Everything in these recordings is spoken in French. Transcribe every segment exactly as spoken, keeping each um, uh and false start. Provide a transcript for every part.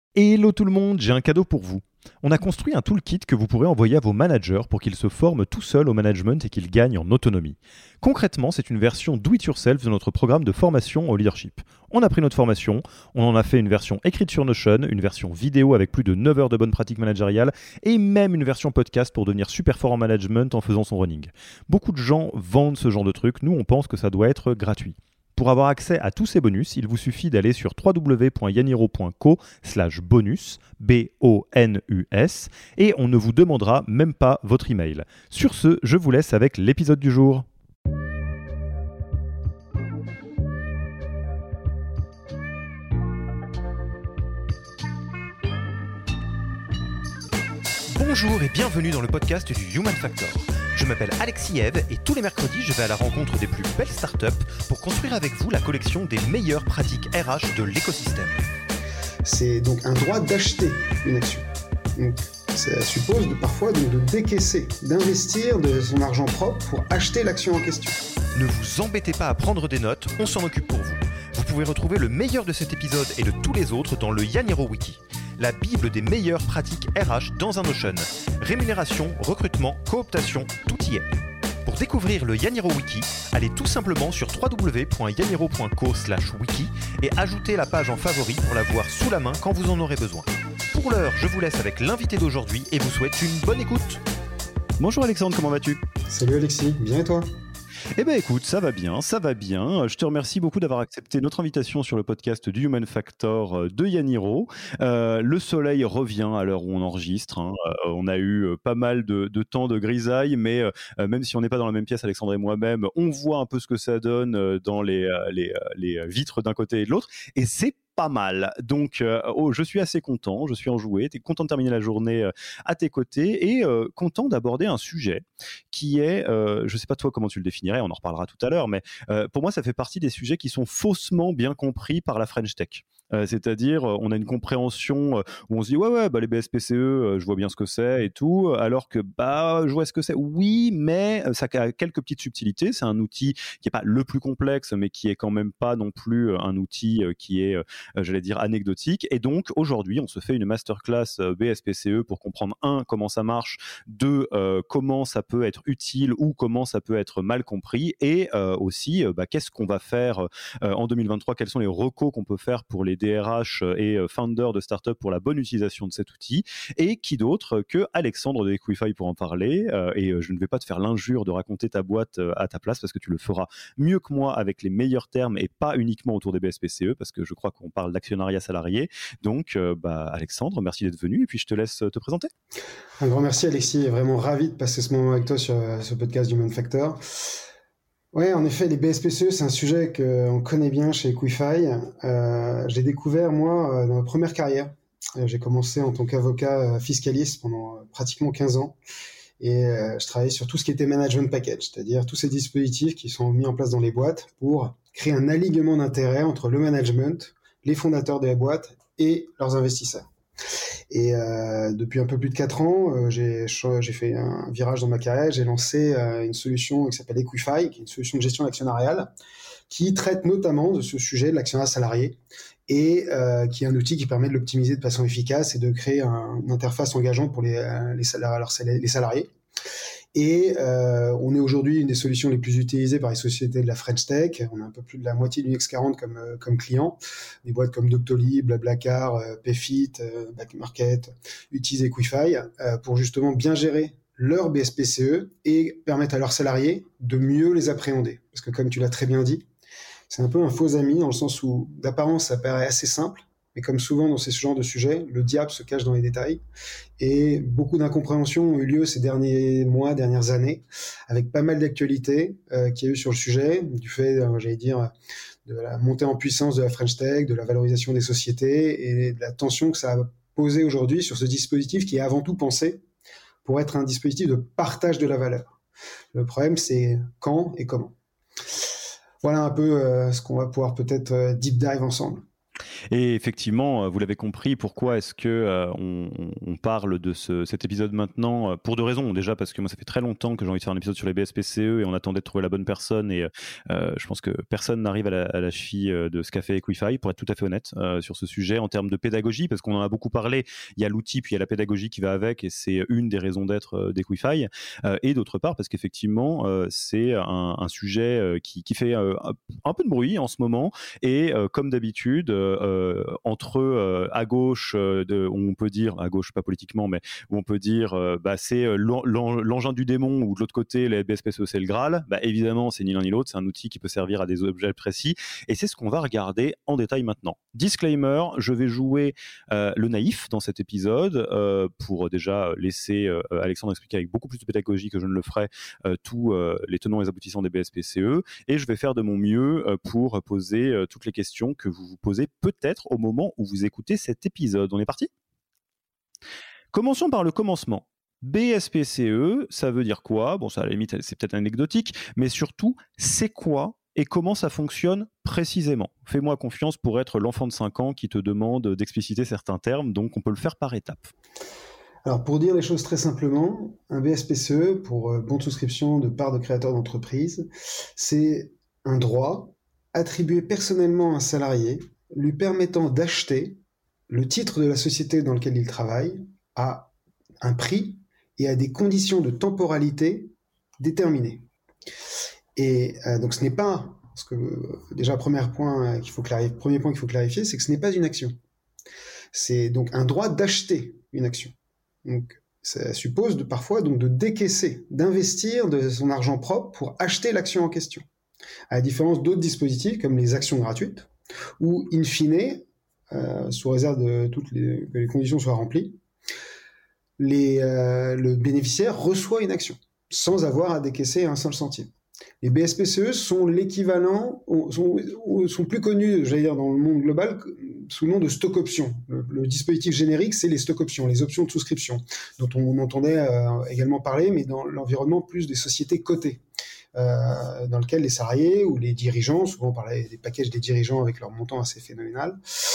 Hello tout le monde, j'ai un cadeau pour vous. On a construit un toolkit que vous pourrez envoyer à vos managers pour qu'ils se forment tout seuls au management et qu'ils gagnent en autonomie. Concrètement, c'est une version do-it-yourself de notre programme de formation au leadership. On a pris notre formation, on en a fait une version écrite sur Notion, une version vidéo avec plus de neuf heures de bonnes pratiques managériales et même une version podcast pour devenir super fort en management en faisant son running. Beaucoup de gens vendent ce genre de truc, nous on pense que ça doit être gratuit. Pour avoir accès à tous ces bonus, il vous suffit d'aller sur w w w point yaniro point co slash bonus, B O N U S, et on ne vous demandera même pas votre email. Sur ce, je vous laisse avec l'épisode du jour. Bonjour et bienvenue dans le podcast du Human Factor. Je m'appelle Alexis Eve et tous les mercredis, je vais à la rencontre des plus belles startups pour construire avec vous la collection des meilleures pratiques R H de l'écosystème. C'est donc un droit d'acheter une action. Donc, ça suppose de, parfois de, de décaisser, d'investir de son argent propre pour acheter l'action en question. Ne vous embêtez pas à prendre des notes, on s'en occupe pour vous. Vous pouvez retrouver le meilleur de cet épisode et de tous les autres dans le Yaniro Wiki, la bible des meilleures pratiques R H dans un Notion. Rémunération, recrutement, cooptation, tout y est. Pour découvrir le Yaniro Wiki, allez tout simplement sur w w w point yaniro point co slash wiki et ajoutez la page en favori pour la voir sous la main quand vous en aurez besoin. Pour l'heure, je vous laisse avec l'invité d'aujourd'hui et vous souhaite une bonne écoute. Bonjour Alexandre, comment vas-tu ? Salut Alexis, bien et toi ? Eh bien écoute, ça va bien, ça va bien. Je te remercie beaucoup d'avoir accepté notre invitation sur le podcast du Human Factor de Yaniro. Euh, le soleil revient à l'heure où on enregistre. Hein. Euh, on a eu pas mal de, de temps de grisaille, mais euh, même si on n'est pas dans la même pièce, Alexandre et moi-même, on voit un peu ce que ça donne dans les, les, les vitres d'un côté et de l'autre. Et c'est pas mal. Donc, euh, oh, je suis assez content, je suis enjoué, t'es content de terminer la journée euh, à tes côtés et euh, content d'aborder un sujet qui est, euh, je sais pas toi comment tu le définirais, on en reparlera tout à l'heure, mais euh, pour moi ça fait partie des sujets qui sont faussement bien compris par la French Tech. Euh, c'est-à-dire, euh, on a une compréhension euh, où on se dit ouais ouais bah les B S P C E, euh, je vois bien ce que c'est et tout, alors que bah je vois ce que c'est. Oui, mais euh, ça a quelques petites subtilités. C'est un outil qui est pas le plus complexe, mais qui est quand même pas non plus un outil euh, qui est, euh, j'allais dire anecdotique. Et donc aujourd'hui, on se fait une masterclass euh, B S P C E pour comprendre un comment ça marche, deux euh, comment ça peut être utile ou comment ça peut être mal compris, et euh, aussi euh, bah, qu'est-ce qu'on va faire euh, en deux mille vingt-trois, quels sont les recos qu'on peut faire pour les D R H et founders de startups pour la bonne utilisation de cet outil, et qui d'autre que Alexandre de Equify pour en parler. Euh, et je ne vais pas te faire l'injure de raconter ta boîte à ta place parce que tu le feras mieux que moi avec les meilleurs termes et pas uniquement autour des B S P C E, parce que je crois qu'on parle d'actionnariat salarié. Donc, euh, bah, Alexandre, merci d'être venu et puis je te laisse te présenter. Un grand merci Alexis, vraiment ravi de passer ce moment avec toi sur ce podcast du Human Factor. Oui, en effet, les B S P C E, c'est un sujet qu'on connaît bien chez Equify. Euh, j'ai découvert, moi, dans ma première carrière. J'ai commencé en tant qu'avocat fiscaliste pendant pratiquement quinze ans. Et euh, je travaillais sur tout ce qui était management package, c'est-à-dire tous ces dispositifs qui sont mis en place dans les boîtes pour créer un alignement d'intérêts entre le management, les fondateurs de la boîte et leurs investisseurs. Et euh, depuis un peu plus de quatre ans, euh, j'ai, j'ai fait un virage dans ma carrière. J'ai lancé euh, une solution qui s'appelle Equify, qui est une solution de gestion actionnariale, qui traite notamment de ce sujet de l'actionnariat salarié et euh, qui est un outil qui permet de l'optimiser de façon efficace et de créer un, une interface engageante pour les, les, salariés, les salariés. Et euh, on est aujourd'hui une des solutions les plus utilisées par les sociétés de la French Tech. On a un peu plus de la moitié du Next quarante comme, euh, comme clients. Des boîtes comme Doctolib, Blablacar, euh, Payfit, euh, Backmarket utilisent Equify euh, pour justement bien gérer leur B S P C E et permettre à leurs salariés de mieux les appréhender. Parce que comme tu l'as très bien dit, c'est un peu un faux ami dans le sens où d'apparence ça paraît assez simple, mais comme souvent dans ce genre de sujets, le diable se cache dans les détails. Et beaucoup d'incompréhensions ont eu lieu ces derniers mois, dernières années, avec pas mal d'actualités euh, qu'il y a eu sur le sujet, du fait, euh, j'allais dire, de la montée en puissance de la French Tech, de la valorisation des sociétés et de la tension que ça a posé aujourd'hui sur ce dispositif qui est avant tout pensé pour être un dispositif de partage de la valeur. Le problème, c'est quand et comment. Voilà un peu euh, ce qu'on va pouvoir peut-être euh, deep dive ensemble. Et effectivement, vous l'avez compris, pourquoi est-ce que euh, on, on parle de ce, cet épisode maintenant? Pour deux raisons. Déjà parce que moi, ça fait très longtemps que j'ai envie de faire un épisode sur les B S P C E et on attendait de trouver la bonne personne. Et euh, je pense que personne n'arrive à la, à la cheville de ce qu'a fait Equify, pour être tout à fait honnête, euh, sur ce sujet en termes de pédagogie, parce qu'on en a beaucoup parlé. Il y a l'outil, puis il y a la pédagogie qui va avec, et c'est une des raisons d'être d'Equify. Euh, et d'autre part, parce qu'effectivement, euh, c'est un, un sujet euh, qui, qui fait euh, un peu de bruit en ce moment. Et euh, comme d'habitude, euh, entre euh, à gauche, euh, de, on peut dire, à gauche pas politiquement, mais où on peut dire euh, bah, c'est l'en, l'engin du démon, ou de l'autre côté, les B S P C E, c'est le Graal. Bah, évidemment, c'est ni l'un ni l'autre, c'est un outil qui peut servir à des objets précis. Et c'est ce qu'on va regarder en détail maintenant. Disclaimer, je vais jouer euh, le naïf dans cet épisode euh, pour déjà laisser euh, Alexandre expliquer avec beaucoup plus de pédagogie que je ne le ferai euh, tous euh, les tenants et les aboutissants des B S P C E. Et je vais faire de mon mieux euh, pour poser euh, toutes les questions que vous vous posez peut-être au moment où vous écoutez cet épisode. On est parti ? Commençons par le commencement. B S P C E, ça veut dire quoi? Bon, ça à la limite, c'est peut-être anecdotique, mais surtout, c'est quoi et comment ça fonctionne précisément? Fais-moi confiance pour être l'enfant de cinq ans qui te demande d'expliciter certains termes, donc on peut le faire par étapes. Alors, pour dire les choses très simplement, un B S P C E, pour euh, bon de souscription de part de créateur d'entreprise, c'est un droit attribué personnellement à un salarié, lui permettant d'acheter le titre de la société dans laquelle il travaille à un prix et à des conditions de temporalité déterminées. Et euh, donc ce n'est pas, parce que euh, déjà premier point qu'il faut clarifier, premier point qu'il faut clarifier, c'est que ce n'est pas une action. C'est donc un droit d'acheter une action. Donc ça suppose de, parfois donc de décaisser, d'investir de son argent propre pour acheter l'action en question. À la différence d'autres dispositifs comme les actions gratuites, où in fine, euh, sous réserve de toutes les, que les conditions soient remplies, les, euh, le bénéficiaire reçoit une action sans avoir à décaisser un seul centime. Les B S P C E sont l'équivalent, sont, sont plus connus, j'allais dire, dans le monde global sous le nom de stock options. Le, le dispositif générique, c'est les stock options, les options de souscription, dont on entendait euh, également parler, mais dans l'environnement plus des sociétés cotées, euh, dans lequel les salariés ou les dirigeants, souvent on parlait des packages des dirigeants avec leur montant assez phénoménal,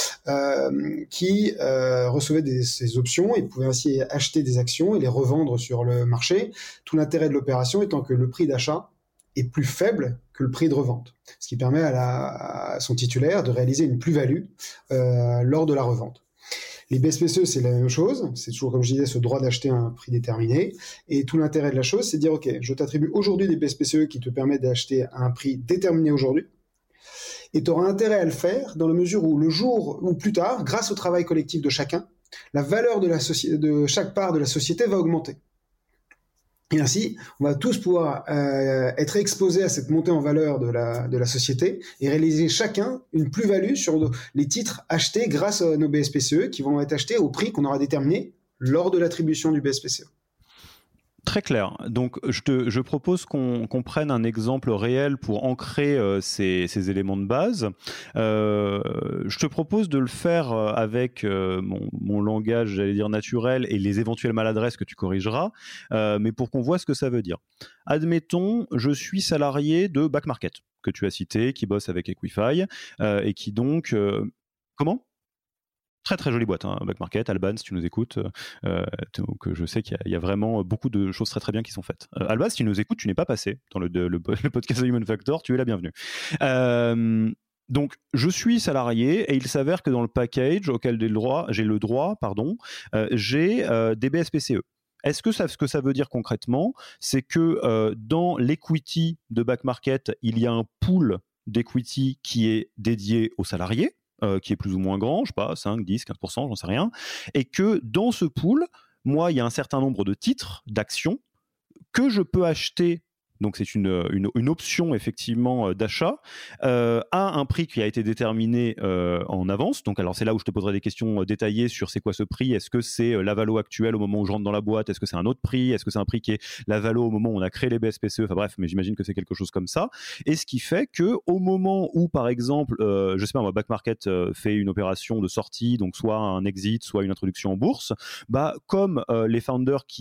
euh, qui euh, recevaient des, ces options et pouvaient ainsi acheter des actions et les revendre sur le marché. Tout l'intérêt de l'opération étant que le prix d'achat est plus faible que le prix de revente, ce qui permet à, la, à son titulaire de réaliser une plus-value euh, lors de la revente. Les B S P C E, c'est la même chose, c'est toujours, comme je disais, ce droit d'acheter à un prix déterminé, et tout l'intérêt de la chose, c'est de dire, ok, je t'attribue aujourd'hui des B S P C E qui te permettent d'acheter à un prix déterminé aujourd'hui, et tu auras intérêt à le faire dans la mesure où le jour ou plus tard, grâce au travail collectif de chacun, la valeur de, la soci- de chaque part de la société va augmenter. Et ainsi, on va tous pouvoir euh, être exposés à cette montée en valeur de la, de la société et réaliser chacun une plus-value sur les titres achetés grâce à nos B S P C E qui vont être achetés au prix qu'on aura déterminé lors de l'attribution du B S P C E. Très clair. Donc, je, te, je propose qu'on, qu'on prenne un exemple réel pour ancrer euh, ces, ces éléments de base. Euh, je te propose de le faire avec euh, mon, mon langage, j'allais dire naturel, et les éventuelles maladresses que tu corrigeras, euh, mais pour qu'on voit ce que ça veut dire. Admettons, je suis salarié de Back Market, que tu as cité, qui bosse avec Equify, euh, et qui donc... Euh, comment ? Très très jolie boîte, hein, Back Market, Alban, si tu nous écoutes, euh, donc je sais qu'il y a, il y a vraiment beaucoup de choses très très bien qui sont faites. Euh, Alban, si tu nous écoutes, tu n'es pas passé dans le, le, le podcast de Human Factor, tu es la bienvenue. Euh, donc je suis salarié et il s'avère que dans le package auquel j'ai le droit, j'ai le droit, pardon, euh, j'ai euh, des B S P C E. Est-ce que ça, ce que ça veut dire concrètement, c'est que euh, dans l'equity de Back Market, il y a un pool d'equity qui est dédié aux salariés, Euh, qui est plus ou moins grand, je sais pas, cinq, dix, quinze pour cent, j'en sais rien, et que dans ce pool, moi, il y a un certain nombre de titres, d'actions, que je peux acheter, donc c'est une, une, une option effectivement d'achat, euh, à un prix qui a été déterminé euh, en avance. Donc alors c'est là où je te poserai des questions détaillées sur c'est quoi ce prix, est-ce que c'est la valo actuelle au moment où je rentre dans la boîte, est-ce que c'est un autre prix, est-ce que c'est un prix qui est la valo au moment où on a créé les B S P C E, enfin bref, mais j'imagine que c'est quelque chose comme ça. Et ce qui fait que au moment où par exemple, euh, je sais pas, moi, Back Market euh, fait une opération de sortie, donc soit un exit, soit une introduction en bourse, bah comme euh, les founders qui ont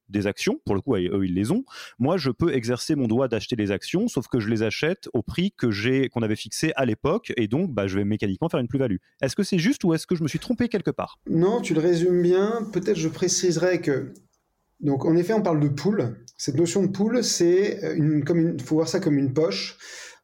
des actions, pour le coup, eux, ils les ont. Moi, je peux exercer mon droit d'acheter les actions, sauf que je les achète au prix que j'ai, qu'on avait fixé à l'époque, et donc bah, je vais mécaniquement faire une plus-value. Est-ce que c'est juste ou est-ce que je me suis trompé quelque part ? Non, tu le résumes bien. Peut-être je préciserais que, donc en effet, on parle de pool. Cette notion de pool, c'est une, comme une, faut voir ça comme une poche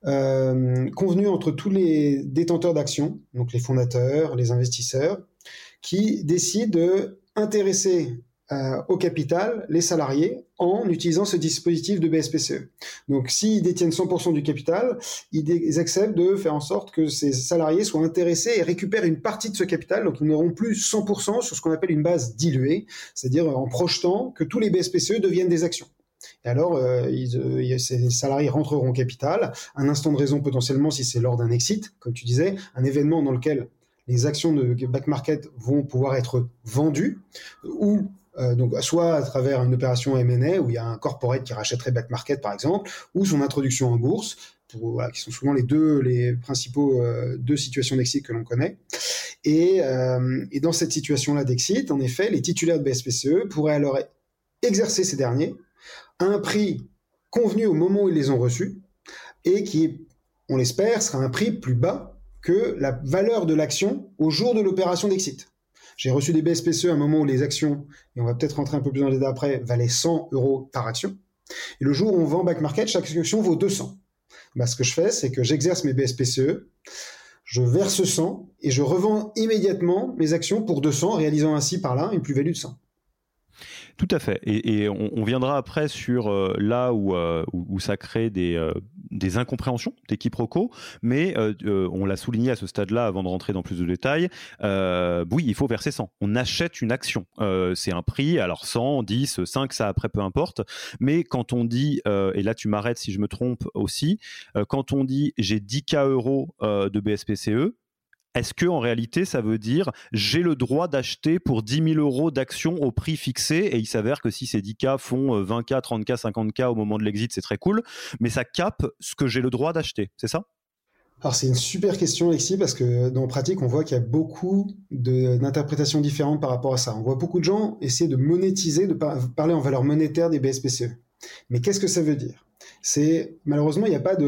euh, convenue entre tous les détenteurs d'actions, donc les fondateurs, les investisseurs, qui décident de intéresser euh, au capital les salariés en utilisant ce dispositif de B S P C E. Donc, s'ils détiennent cent pour cent du capital, ils, dé- ils acceptent de faire en sorte que ces salariés soient intéressés et récupèrent une partie de ce capital. Donc, ils n'auront plus cent pour cent sur ce qu'on appelle une base diluée, c'est-à-dire en projetant que tous les B S P C E deviennent des actions. Et alors, euh, ils, euh, ces salariés rentreront au capital, un instant de raison potentiellement si c'est lors d'un exit, comme tu disais, un événement dans lequel les actions de back market vont pouvoir être vendues, ou euh, donc soit à travers une opération M and A où il y a un corporate qui rachèterait back market par exemple, ou son introduction en bourse, pour, voilà, qui sont souvent les deux les principaux euh, deux situations d'exit que l'on connaît. Et, euh, et dans cette situation-là d'exit, en effet, les titulaires de B S P C E pourraient alors exercer ces derniers à un prix convenu au moment où ils les ont reçus et qui, on l'espère, sera un prix plus bas que la valeur de l'action au jour de l'opération d'exit. J'ai reçu des B S P C E à un moment où les actions, et on va peut-être rentrer un peu plus dans les détails après, valaient cent euros par action. Et le jour où on vend back market, chaque action vaut deux cents. Bah, ce que je fais, c'est que j'exerce mes B S P C E, je verse cent et je revends immédiatement mes actions pour deux cents, réalisant ainsi par là une plus-value de cent. Tout à fait. Et, et on, on viendra après sur euh, là où, euh, où, où ça crée des, euh, des incompréhensions, des quiproquos, mais euh, euh, on l'a souligné à ce stade-là avant de rentrer dans plus de détails. Euh, oui, il faut verser cent. On achète une action. Euh, c'est un prix, alors cent, dix, cinq, ça après, peu importe. Mais quand on dit, euh, et là tu m'arrêtes si je me trompe aussi, euh, quand on dit j'ai dix mille euros euh, de B S P C E, est-ce que en réalité ça veut dire j'ai le droit d'acheter pour dix mille euros d'actions au prix fixé et il s'avère que si ces dix K font vingt K, trente K, cinquante K au moment de l'exit, c'est très cool, mais ça capte ce que j'ai le droit d'acheter, c'est ça ? Alors c'est une super question Alexis parce que dans la pratique on voit qu'il y a beaucoup de, d'interprétations différentes par rapport à ça. On voit beaucoup de gens essayer de monétiser, de par, parler en valeur monétaire des B S P C E. Mais qu'est-ce que ça veut dire ? C'est malheureusement il n'y a pas de,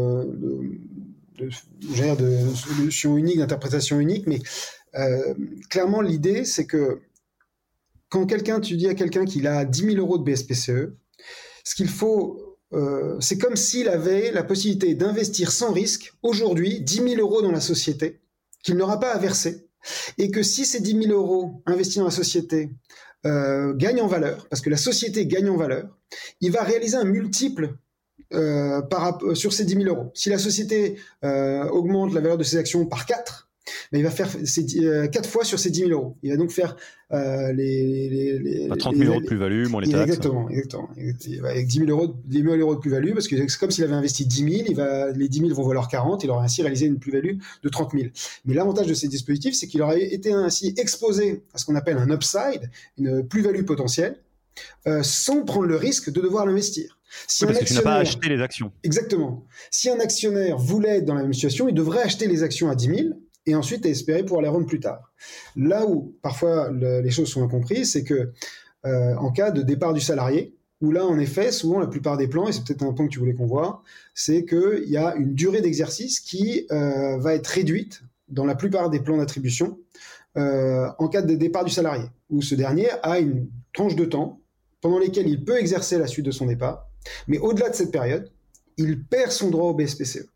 de De, de solution unique, d'interprétation unique, mais euh, clairement l'idée c'est que quand quelqu'un, tu dis à quelqu'un qu'il a dix mille euros de B S P C E, ce qu'il faut, euh, c'est comme s'il avait la possibilité d'investir sans risque aujourd'hui dix mille euros dans la société qu'il n'aura pas à verser, et que si ces dix mille euros investis dans la société euh, gagnent en valeur, parce que la société gagne en valeur, il va réaliser un multiple Euh, par, sur ces dix mille euros. Si la société euh, augmente la valeur de ses actions par quatre, mais il va faire ces, euh, quatre fois sur ces dix mille euros. Il va donc faire euh, les, les, les, bah, trente mille les, euros de plus-value, moins les taxes. Exactement, exactement. Avec dix mille euros, dix mille euros de plus-value, parce que c'est comme s'il avait investi dix mille, il va, les dix mille vont valoir quarante, il aura ainsi réalisé une plus-value de trente mille. Mais l'avantage de ces dispositifs, c'est qu'il aurait été ainsi exposé à ce qu'on appelle un upside, une plus-value potentielle, euh, sans prendre le risque de devoir l'investir. Si oui, parce que tu n'as pas acheté les actions. Exactement. Si un actionnaire voulait être dans la même situation, il devrait acheter les actions à dix mille et ensuite espérer pouvoir les rendre plus tard. Là où parfois le, les choses sont incomprises, c'est que euh, en cas de départ du salarié, où là en effet, souvent la plupart des plans, et c'est peut-être un point que tu voulais qu'on voit, c'est qu'il y a une durée d'exercice qui euh, va être réduite dans la plupart des plans d'attribution euh, en cas de départ du salarié, où ce dernier a une tranche de temps pendant lesquelles il peut exercer la suite de son départ. Mais au-delà de cette période, il perd son droit au B S P C E.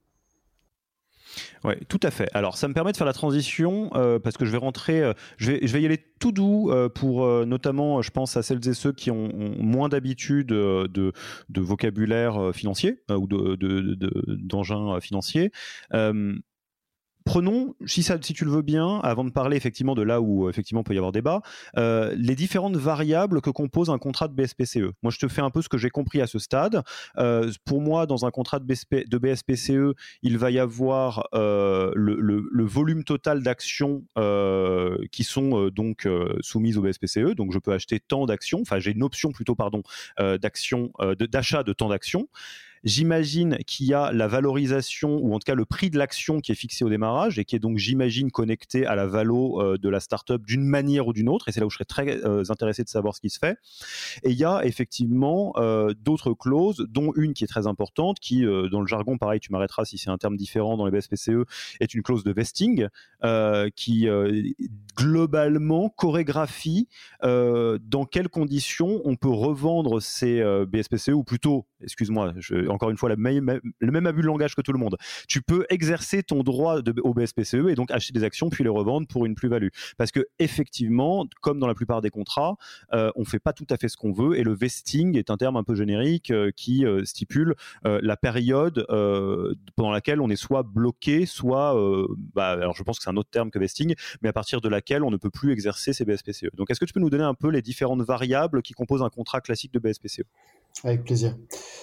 Oui, tout à fait. Alors, ça me permet de faire la transition euh, parce que je vais rentrer, euh, je, vais, je vais y aller tout doux euh, pour euh, notamment, je pense à celles et ceux qui ont, ont moins d'habitude euh, de, de vocabulaire euh, financier euh, ou de, de, de, d'engins euh, financiers. Euh, Prenons, si, ça, si tu le veux bien, avant de parler effectivement de là où effectivement peut y avoir débat, euh, les différentes variables que compose un contrat de B S P C E. Moi, je te fais un peu ce que j'ai compris à ce stade. Euh, pour moi, dans un contrat de, B S P, de B S P C E, il va y avoir euh, le, le, le volume total d'actions euh, qui sont euh, donc euh, soumises au B S P C E. Donc, je peux acheter tant d'actions, enfin, j'ai une option plutôt, pardon, euh, d'actions, euh, de, d'achat de tant d'actions. j'imagine qu'il y a la valorisation, ou en tout cas le prix de l'action qui est fixé au démarrage et qui est donc, j'imagine, connecté à la valo euh, de la startup d'une manière ou d'une autre, et c'est là où je serais très euh, intéressé de savoir ce qui se fait. Et il y a effectivement euh, d'autres clauses, dont une qui est très importante, qui, euh, dans le jargon, pareil, tu m'arrêteras si c'est un terme différent dans les B S P C E, est une clause de vesting, euh, qui euh, globalement chorégraphie euh, dans quelles conditions on peut revendre ces euh, B S P C E, ou plutôt, excuse-moi, je, encore une fois, la même, le même abus de langage que tout le monde. Tu peux exercer ton droit de, au B S P C E et donc acheter des actions puis les revendre pour une plus-value. Parce que effectivement, comme dans la plupart des contrats, euh, on fait pas tout à fait ce qu'on veut, et le vesting est un terme un peu générique euh, qui euh, stipule euh, la période euh, pendant laquelle on est soit bloqué, soit, euh, bah, alors je pense que c'est un autre terme que vesting, mais à partir de laquelle on ne peut plus exercer ces B S P C E. Donc est-ce que tu peux nous donner un peu les différentes variables qui composent un contrat classique de B S P C E? Avec plaisir.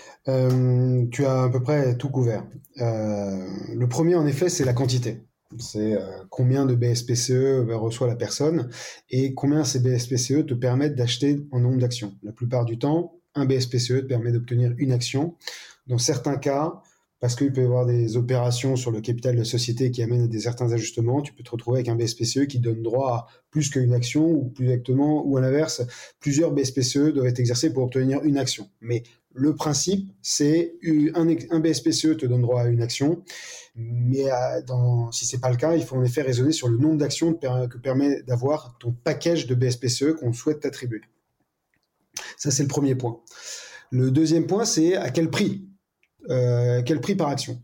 Euh, tu as à peu près tout couvert. Euh, le premier, en effet, c'est la quantité. C'est euh, combien de B S P C E reçoit la personne et combien ces B S P C E te permettent d'acheter en nombre d'actions. La plupart du temps, un B S P C E te permet d'obtenir une action. Dans certains cas, parce qu'il peut y avoir des opérations sur le capital de la société qui amènent à des certains ajustements, tu peux te retrouver avec un B S P C E qui donne droit à plus qu'une action, ou plus exactement, ou à l'inverse, plusieurs B S P C E doivent être exercés pour obtenir une action. Mais le principe, c'est un, un B S P C E te donne droit à une action, mais dans, si c'est pas le cas, il faut en effet raisonner sur le nombre d'actions que permet d'avoir ton package de B S P C E qu'on souhaite t'attribuer. Ça, c'est le premier point. Le deuxième point, c'est à quel prix euh, quel prix par action.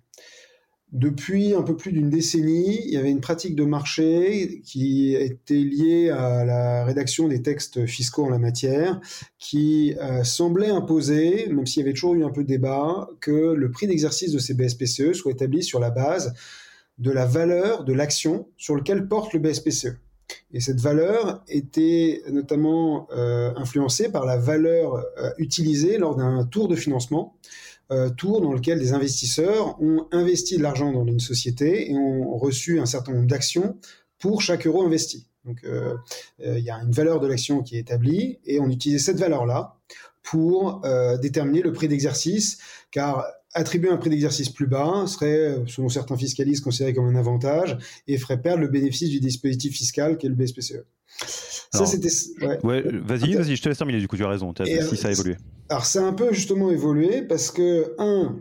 Depuis un peu plus d'une décennie, il y avait une pratique de marché qui était liée à la rédaction des textes fiscaux en la matière, qui euh, semblait imposer, même s'il y avait toujours eu un peu de débat, que le prix d'exercice de ces B S P C E soit établi sur la base de la valeur de l'action sur laquelle porte le B S P C E. Et cette valeur était notamment euh, influencée par la valeur euh, utilisée lors d'un tour de financement, euh, tour dans lequel des investisseurs ont investi de l'argent dans une société et ont reçu un certain nombre d'actions pour chaque euro investi. Donc, euh, euh, il y a une valeur de l'action qui est établie et on utilisait cette valeur-là pour euh, déterminer le prix d'exercice, car attribuer un prix d'exercice plus bas serait, selon certains fiscalistes, considéré comme un avantage et ferait perdre le bénéfice du dispositif fiscal qu'est le B S P C E. Alors, ça, c'était... Ouais, ouais vas-y, vas-y, je te laisse terminer, du coup, tu as raison, as, si ça a évolué. Alors, ça a un peu justement évolué parce que, un,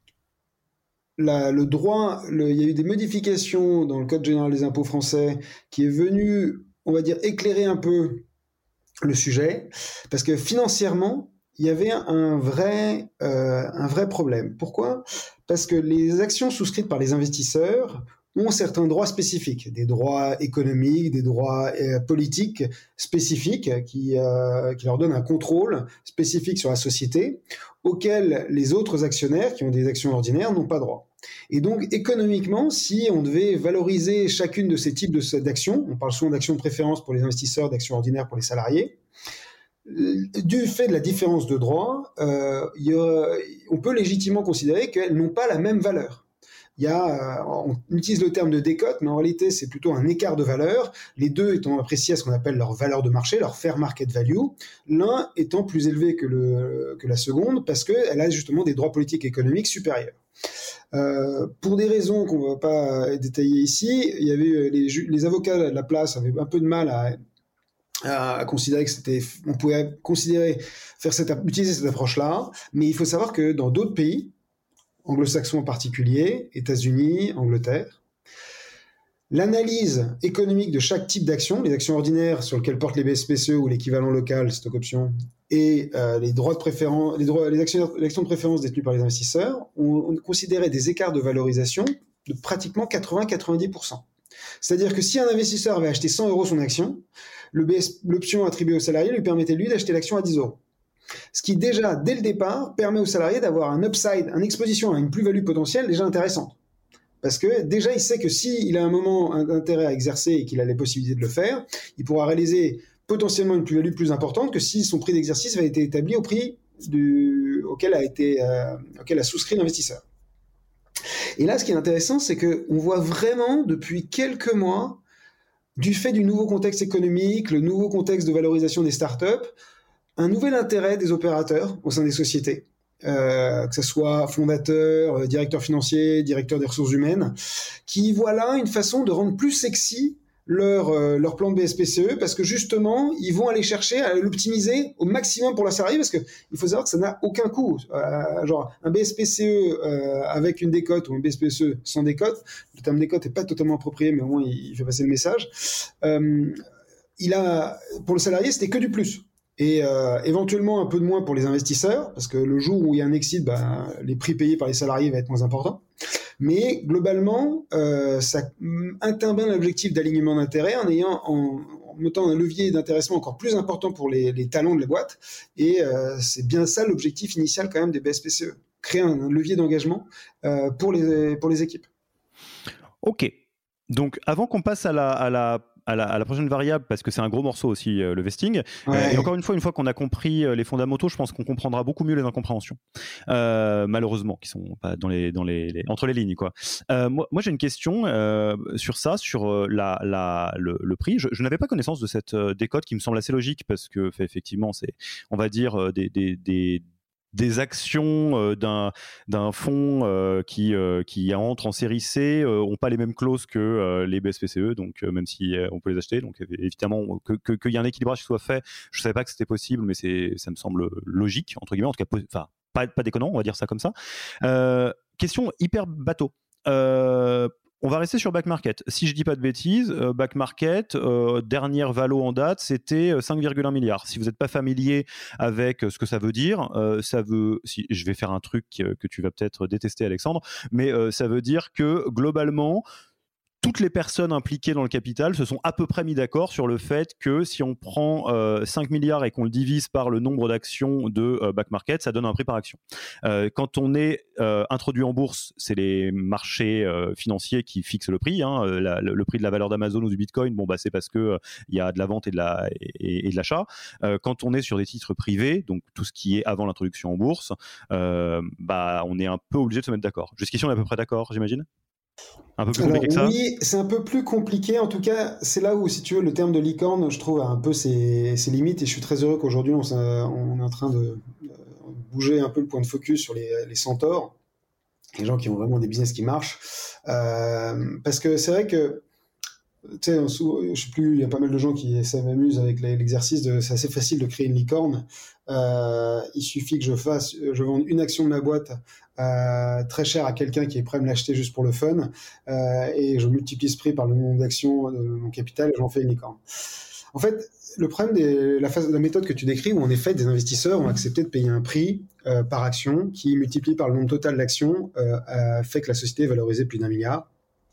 la, le droit, le, il y a eu des modifications dans le Code général des impôts français qui est venu, on va dire, éclairer un peu le sujet, parce que financièrement, il y avait un vrai, euh, un vrai problème. Pourquoi ? Parce que les actions souscrites par les investisseurs ont certains droits spécifiques, des droits économiques, des droits euh, politiques spécifiques qui, euh, qui leur donnent un contrôle spécifique sur la société, auxquels les autres actionnaires qui ont des actions ordinaires n'ont pas droit. Et donc, économiquement, si on devait valoriser chacune de ces types de, d'actions, on parle souvent d'actions de préférence pour les investisseurs, d'actions ordinaires pour les salariés, du fait de la différence de droit, euh, il y a, on peut légitimement considérer qu'elles n'ont pas la même valeur. Il y a, on utilise le terme de décote, mais en réalité, c'est plutôt un écart de valeur, les deux étant appréciés à ce qu'on appelle leur valeur de marché, leur fair market value, l'un étant plus élevé que, le, que la seconde, parce qu'elle a justement des droits politiques et économiques supérieurs. Euh, pour des raisons qu'on ne va pas détailler ici, il y avait les, les avocats de la place avaient un peu de mal à à considérer que c'était, on pouvait considérer faire cette, utiliser cette approche-là, mais il faut savoir que dans d'autres pays, anglo-saxons en particulier, États-Unis, Angleterre, l'analyse économique de chaque type d'action, les actions ordinaires sur lesquelles portent les B S P C E ou l'équivalent local, stock option, et euh, les droits de préférence, les droits, les actions, les actions de préférence détenues par les investisseurs, on, on considérait des écarts de valorisation de pratiquement quatre-vingts à quatre-vingt-dix pour cent. C'est-à-dire que si un investisseur avait acheté cent euros son action, le B S, l'option attribuée au salarié lui permettait lui d'acheter l'action à dix euros. Ce qui déjà, dès le départ, permet au salarié d'avoir un upside, une exposition à une plus-value potentielle déjà intéressante. Parce que déjà, il sait que s'il a un moment d'intérêt à exercer et qu'il a les possibilités de le faire, il pourra réaliser potentiellement une plus-value plus importante que si son prix d'exercice avait été établi au prix du, auquel, a été, euh, auquel a souscrit l'investisseur. Et là, ce qui est intéressant, c'est qu'on voit vraiment, depuis quelques mois, du fait du nouveau contexte économique, le nouveau contexte de valorisation des startups, un nouvel intérêt des opérateurs au sein des sociétés euh, que ce soit fondateur, euh, directeur financier, directeur des ressources humaines, qui voient là une façon de rendre plus sexy leur, euh, leur plan de B S P C E, parce que justement, ils vont aller chercher à l'optimiser au maximum pour la salarié, parce que il faut savoir que ça n'a aucun coût. Euh, genre, un B S P C E euh, avec une décote ou un B S P C E sans décote, le terme décote n'est pas totalement approprié, mais au moins il, il fait passer le message. Euh, il a, pour le salarié, c'était que du plus. Et euh, éventuellement un peu de moins pour les investisseurs, parce que le jour où il y a un exit, bah, les prix payés par les salariés vont être moins importants. Mais globalement, euh, ça atteint bien l'objectif d'alignement d'intérêt en ayant en, en mettant un levier d'intéressement encore plus important pour les, les talents de la boîte. Et euh, c'est bien ça l'objectif initial quand même des B S P C E, créer un, un levier d'engagement euh, pour les pour les équipes. Ok. Donc avant qu'on passe à la à la À la, à la prochaine variable, parce que c'est un gros morceau aussi, euh, le vesting. Ouais. Euh, et encore une fois, une fois qu'on a compris euh, les fondamentaux, je pense qu'on comprendra beaucoup mieux les incompréhensions, euh, malheureusement, qui sont pas dans les, dans les, les entre les lignes, quoi. Euh, moi, moi, j'ai une question euh, sur ça, sur euh, la, la, le, le prix. Je, je n'avais pas connaissance de cette euh, décote qui me semble assez logique, parce que fait, effectivement, c'est, on va dire, euh, des, des, des des actions euh, d'un d'un fonds euh, qui euh, qui entre en série C euh, ont pas les mêmes clauses que euh, les B S P C E, donc euh, même si euh, on peut les acheter, donc évidemment que que qu'il y ait un équilibrage qui soit fait, je savais pas que c'était possible, mais c'est ça me semble logique entre guillemets, en tout cas, enfin pas pas déconnant, on va dire ça comme ça. Euh, question hyper bateau. Euh, On va rester sur back market. Si je dis pas de bêtises, euh, back market, euh, dernière valo en date, c'était cinq virgule un milliards. Si vous n'êtes pas familier avec ce que ça veut dire, euh, ça veut, si je vais faire un truc que tu vas peut-être détester, Alexandre, mais euh, ça veut dire que globalement, toutes les personnes impliquées dans le capital se sont à peu près mis d'accord sur le fait que si on prend euh, cinq milliards et qu'on le divise par le nombre d'actions de euh, back market, ça donne un prix par action. Euh, quand on est euh, introduit en bourse, c'est les marchés euh, financiers qui fixent le prix. Hein, la, le, le prix de la valeur d'Amazon ou du Bitcoin, bon, bah, c'est parce qu'il euh, y a de la vente et de, la, et, et de l'achat. Euh, quand on est sur des titres privés, donc tout ce qui est avant l'introduction en bourse, euh, bah, on est un peu obligé de se mettre d'accord. Jusqu'ici, on est à peu près d'accord, j'imagine ? Un peu plus compliqué Alors, que ça ? oui, c'est un peu plus compliqué. En tout cas, c'est là où, si tu veux, le terme de licorne, je trouve, a un peu ses, ses limites. Et je suis très heureux qu'aujourd'hui, on, on est en train de bouger un peu le point de focus sur les, les centaures, les gens qui ont vraiment des business qui marchent. Euh, parce que c'est vrai que, tu sais, je sais plus, il y a pas mal de gens qui s'amusent avec l'exercice de, c'est assez facile de créer une licorne. Euh, il suffit que je fasse, je vende une action de ma boîte euh, très cher à quelqu'un qui est prêt à me l'acheter juste pour le fun, euh, et je multiplie ce prix par le nombre d'actions de mon capital et j'en fais une licorne. En fait, le problème de la, phase, la méthode que tu décris, où en effet des investisseurs ont accepté de payer un prix euh, par action qui, multiplié par le nombre total d'actions, euh, a fait que la société est valorisée plus d'un milliard.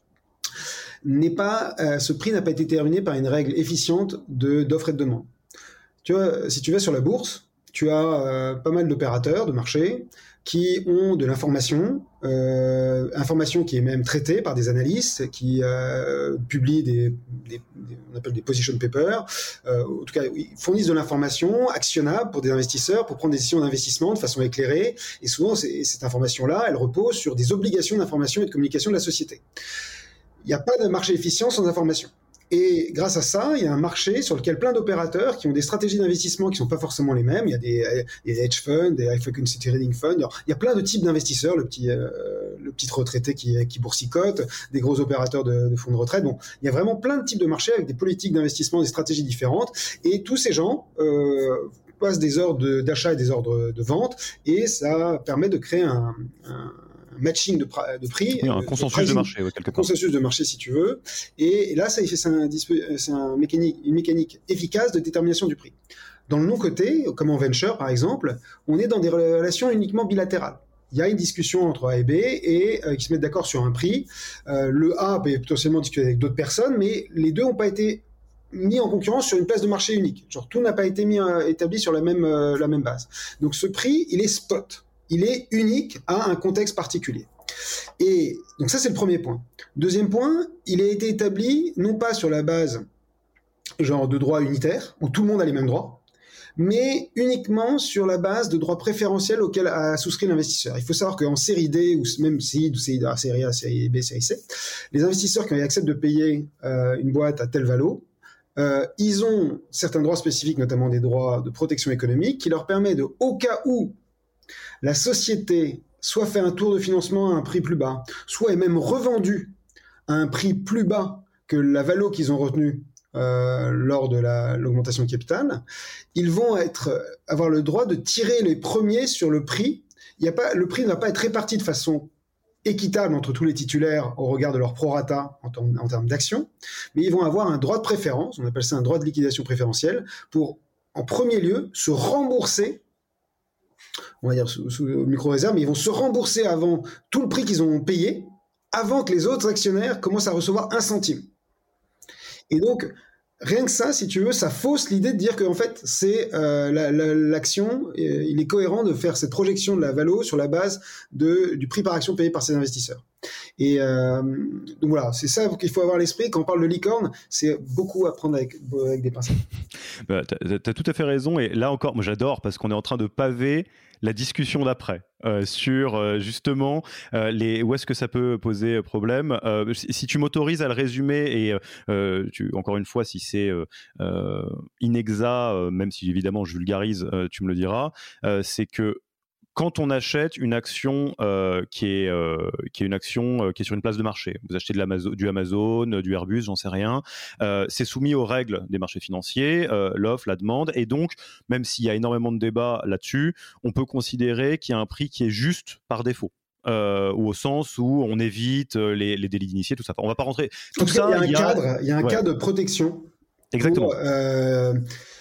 N'est pas, euh, ce prix n'a pas été déterminé par une règle efficiente de, d'offre et de demande. Tu vois, si tu vas sur la bourse, tu as euh, pas mal d'opérateurs de marché qui ont de l'information, euh, information qui est même traitée par des analystes qui euh, publient des, des, des, on appelle des position papers, euh, en tout cas, ils fournissent de l'information actionnable pour des investisseurs pour prendre des décisions d'investissement de façon éclairée. Et souvent, cette information-là, elle repose sur des obligations d'information et de communication de la société. Il n'y a pas de marché efficient sans information. Et grâce à ça, il y a un marché sur lequel plein d'opérateurs qui ont des stratégies d'investissement qui ne sont pas forcément les mêmes. Il y a des, des hedge funds, des high frequency trading funds. Il y a plein de types d'investisseurs, le petit, euh, le petit retraité qui, qui boursicote, des gros opérateurs de, de fonds de retraite. Bon, il y a vraiment plein de types de marchés avec des politiques d'investissement, des stratégies différentes. Et tous ces gens euh, passent des ordres d'achat et des ordres de vente. Et ça permet de créer un... un matching de, pra- de prix, oui, un consensus de, de marché, ouais, quelque part. Consensus de marché, si tu veux. Et, et là, ça, c'est, un, c'est un mécanique, une mécanique efficace de détermination du prix. Dans le non-coté, comme en venture, par exemple, on est dans des relations uniquement bilatérales. Il y a une discussion entre A et B et euh, qui se mettent d'accord sur un prix. Euh, le A peut potentiellement discuter avec d'autres personnes, mais les deux n'ont pas été mis en concurrence sur une place de marché unique. Genre, tout n'a pas été mis, euh, établi sur la même, euh, la même base. Donc, ce prix, il est spot. Il est unique à un contexte particulier. Et donc ça, c'est le premier point. Deuxième point, il a été établi non pas sur la base genre de droits unitaires, où tout le monde a les mêmes droits, mais uniquement sur la base de droits préférentiels auxquels a souscrit l'investisseur. Il faut savoir qu'en série D, ou même série, série A, série A, série B, série C, les investisseurs, quand ils acceptent de payer euh, une boîte à tel valo, euh, ils ont certains droits spécifiques, notamment des droits de protection économique, qui leur permettent de, au cas où la société soit fait un tour de financement à un prix plus bas, soit est même revendue à un prix plus bas que la valo qu'ils ont retenue euh, lors de la, l'augmentation de capital, ils vont être, avoir le droit de tirer les premiers sur le prix. Il y a pas, le prix ne va pas être réparti de façon équitable entre tous les titulaires au regard de leur prorata en, termes, en termes d'actions, mais ils vont avoir un droit de préférence, on appelle ça un droit de liquidation préférentielle, pour en premier lieu se rembourser, on va dire sous, sous micro-réserve, mais ils vont se rembourser avant tout le prix qu'ils ont payé, avant que les autres actionnaires commencent à recevoir un centime. Et donc, rien que ça, si tu veux, ça fausse l'idée de dire qu'en fait, c'est euh, la, la, l'action, euh, il est cohérent de faire cette projection de la valo sur la base de, du prix par action payé par ses investisseurs. Et euh, donc voilà, c'est ça qu'il faut avoir à l'esprit. Quand on parle de licorne, c'est beaucoup à prendre avec, avec des pincettes. Bah, t'as, t'as tout à fait raison. Et là encore, moi j'adore parce qu'on est en train de paver la discussion d'après euh, sur euh, justement euh, les, où est-ce que ça peut poser problème. Euh, si, si tu m'autorises à le résumer, et euh, tu, encore une fois, si c'est euh, euh, inexact, euh, même si évidemment je vulgarise, euh, tu me le diras, euh, c'est que quand on achète une action euh, qui est euh, qui est une action euh, qui est sur une place de marché, vous achetez de l'Amazon, du Amazon, du Airbus, j'en sais rien, euh, c'est soumis aux règles des marchés financiers, euh, l'offre, la demande, et donc même s'il y a énormément de débats là-dessus, on peut considérer qu'il y a un prix qui est juste par défaut. Euh, ou au sens où on évite les, les délits d'initiés, tout ça. On va pas rentrer. Tout, tout ça, il y a un il y a... cadre, il y a un ouais. cadre de protection. Exactement. Pour, euh...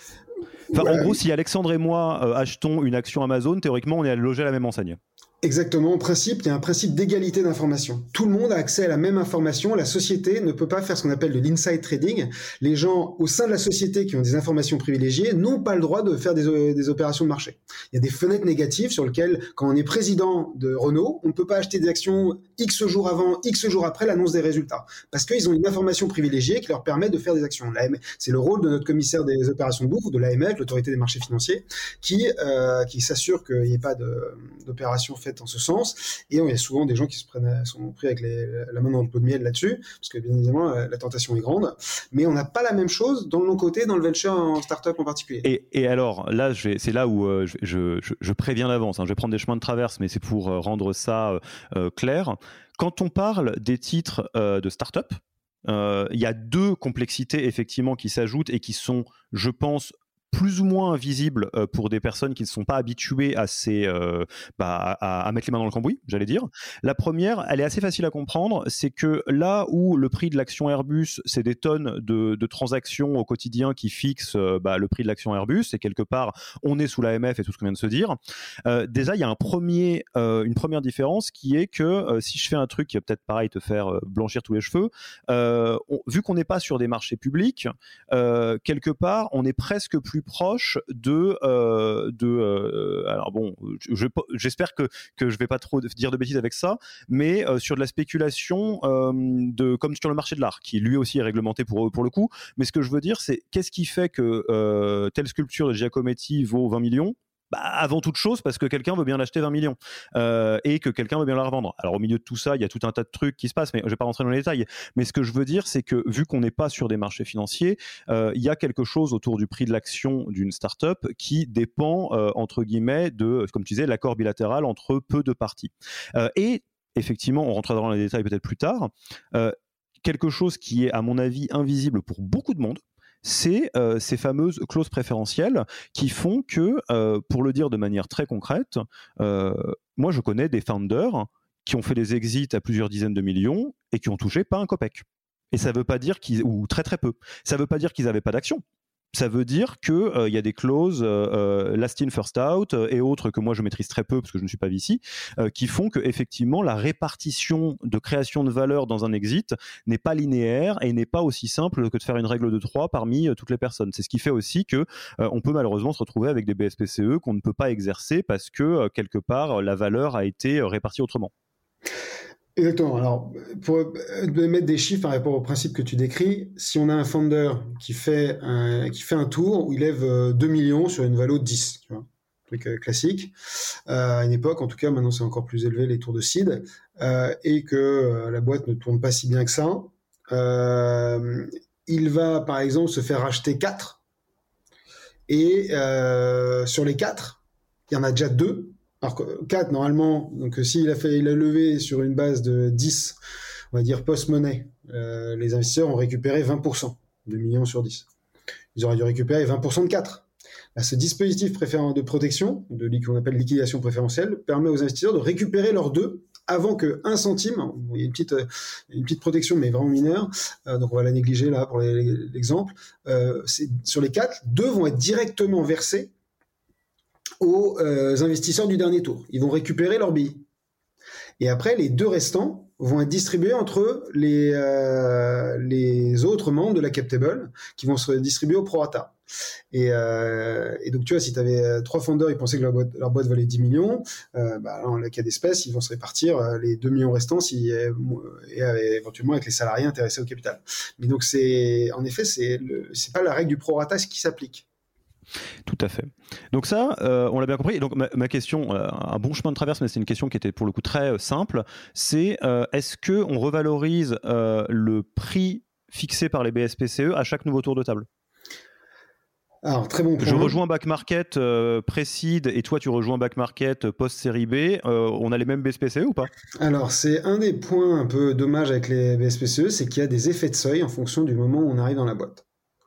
Enfin, voilà. En gros, si Alexandre et moi euh, achetons une action Amazon, théoriquement, on est logé à la même enseigne. Exactement. En principe, il y a un principe d'égalité d'information. Tout le monde a accès à la même information. La société ne peut pas faire ce qu'on appelle de l'inside trading. Les gens au sein de la société qui ont des informations privilégiées n'ont pas le droit de faire des, des opérations de marché. Il y a des fenêtres négatives sur lesquelles, quand on est président de Renault, on ne peut pas acheter des actions X jours avant, X jours après l'annonce des résultats. Parce qu'ils ont une information privilégiée qui leur permet de faire des actions. C'est le rôle de notre commissaire des opérations de bourse, de l'A M F, l'autorité des marchés financiers, qui, euh, qui s'assure qu'il n'y ait pas de, d'opérations faites en ce sens, et il y a souvent des gens qui se prennent, sont pris avec les, la main dans le pot de miel là-dessus, parce que bien évidemment la, la tentation est grande, mais on n'a pas la même chose dans le long côté, dans le venture en start-up en particulier. Et, et alors là, je vais, c'est là où euh, je, je, je, je préviens d'avance, hein, je vais prendre des chemins de traverse, mais c'est pour euh, rendre ça euh, clair. Quand on parle des titres euh, de start-up, euh, il y a deux complexités effectivement qui s'ajoutent et qui sont, je pense, plus ou moins invisible euh, pour des personnes qui ne sont pas habituées à, ces, euh, bah, à, à mettre les mains dans le cambouis, j'allais dire. La première, elle est assez facile à comprendre, c'est que là où le prix de l'action Airbus, c'est des tonnes de, de transactions au quotidien qui fixent euh, bah, le prix de l'action Airbus, et quelque part, on est sous l'A M F et tout ce qu'on vient de se dire. Euh, déjà, il y a un premier, euh, une première différence qui est que euh, si je fais un truc qui va peut-être pareil te faire euh, blanchir tous les cheveux, euh, on, vu qu'on n'est pas sur des marchés publics, euh, quelque part, on est presque plus proche de euh, de euh, alors bon je, j'espère que que je vais pas trop dire de bêtises avec ça, mais euh, sur de la spéculation euh, de comme sur le marché de l'art qui lui aussi est réglementé pour pour le coup, mais ce que je veux dire c'est qu'est-ce qui fait que euh, telle sculpture de Giacometti vaut vingt millions? Bah, avant toute chose parce que quelqu'un veut bien l'acheter vingt millions euh, et que quelqu'un veut bien la revendre. Alors au milieu de tout ça, il y a tout un tas de trucs qui se passent, mais je vais pas rentrer dans les détails. Mais ce que je veux dire, c'est que vu qu'on n'est pas sur des marchés financiers, euh, il y a quelque chose autour du prix de l'action d'une start-up qui dépend euh, entre guillemets de, comme tu disais, l'accord bilatéral entre peu de parties. Euh, et effectivement, on rentrera dans les détails peut-être plus tard. Euh, quelque chose qui est à mon avis invisible pour beaucoup de monde, c'est euh, ces fameuses clauses préférentielles qui font que, euh, pour le dire de manière très concrète, euh, moi je connais des founders qui ont fait des exits à plusieurs dizaines de millions et qui ont touché pas un copec. Et ça veut pas dire qu'ils, ou très très peu, ça veut pas dire qu'ils n'avaient pas d'action. Ça veut dire qu'il euh, y a des clauses euh, last in, first out euh, et autres que moi je maîtrise très peu parce que je ne suis pas V C, euh, qui font que effectivement la répartition de création de valeur dans un exit n'est pas linéaire et n'est pas aussi simple que de faire une règle de trois parmi euh, toutes les personnes. C'est ce qui fait aussi que euh, on peut malheureusement se retrouver avec des B S P C E qu'on ne peut pas exercer parce que euh, quelque part la valeur a été répartie autrement. Exactement. Alors, pour mettre des chiffres par rapport au principe que tu décris, si on a un founder qui fait un, qui fait un tour où il lève deux millions sur une valo de dix, tu vois, truc classique, euh, à une époque, en tout cas, maintenant c'est encore plus élevé les tours de seed, euh, et que euh, la boîte ne tourne pas si bien que ça, euh, il va par exemple se faire acheter quatre, et euh, sur les quatre, il y en a déjà deux Alors quatre normalement, donc s'il a fait, il a levé sur une base de dix, on va dire post-money, euh, les investisseurs ont récupéré vingt pour cent, deux millions sur dix. Ils auraient dû récupérer vingt pour cent de quatre. Là, ce dispositif préférent de protection, de, qu'on appelle liquidation préférentielle, permet aux investisseurs de récupérer leurs deux avant que un centime, il y a une petite, une petite protection, mais vraiment mineure, euh, donc on va la négliger là pour les, l'exemple. Euh, c'est, sur les quatre, deux vont être directement versés aux euh, investisseurs du dernier tour. Ils vont récupérer leurs billets. Et après, les deux restants vont être distribués entre les, euh, les autres membres de la cap table qui vont se distribuer au prorata. Et, euh, et donc, tu vois, si tu avais trois fondeurs, ils pensaient que leur boîte, leur boîte valait dix millions, euh, bah, en le cas d'espèce, ils vont se répartir euh, les deux millions restants si, et, et euh, éventuellement avec les salariés intéressés au capital. Mais donc, c'est, en effet, c'est, le, c'est pas la règle du prorata qui s'applique. Tout à fait. Donc ça, euh, on l'a bien compris. Et donc ma, ma question, euh, un bon chemin de traverse, mais c'est une question qui était pour le coup très euh, simple, c'est euh, est-ce qu'on revalorise euh, le prix fixé par les B S P C E à chaque nouveau tour de table ? Alors, très bon point. Je rejoins back market euh, pré-seed et toi tu rejoins back market post-série B. Euh, on a les mêmes B S P C E ou pas ? Alors, c'est un des points un peu dommages avec les B S P C E, c'est qu'il y a des effets de seuil en fonction du moment où on arrive dans la boîte.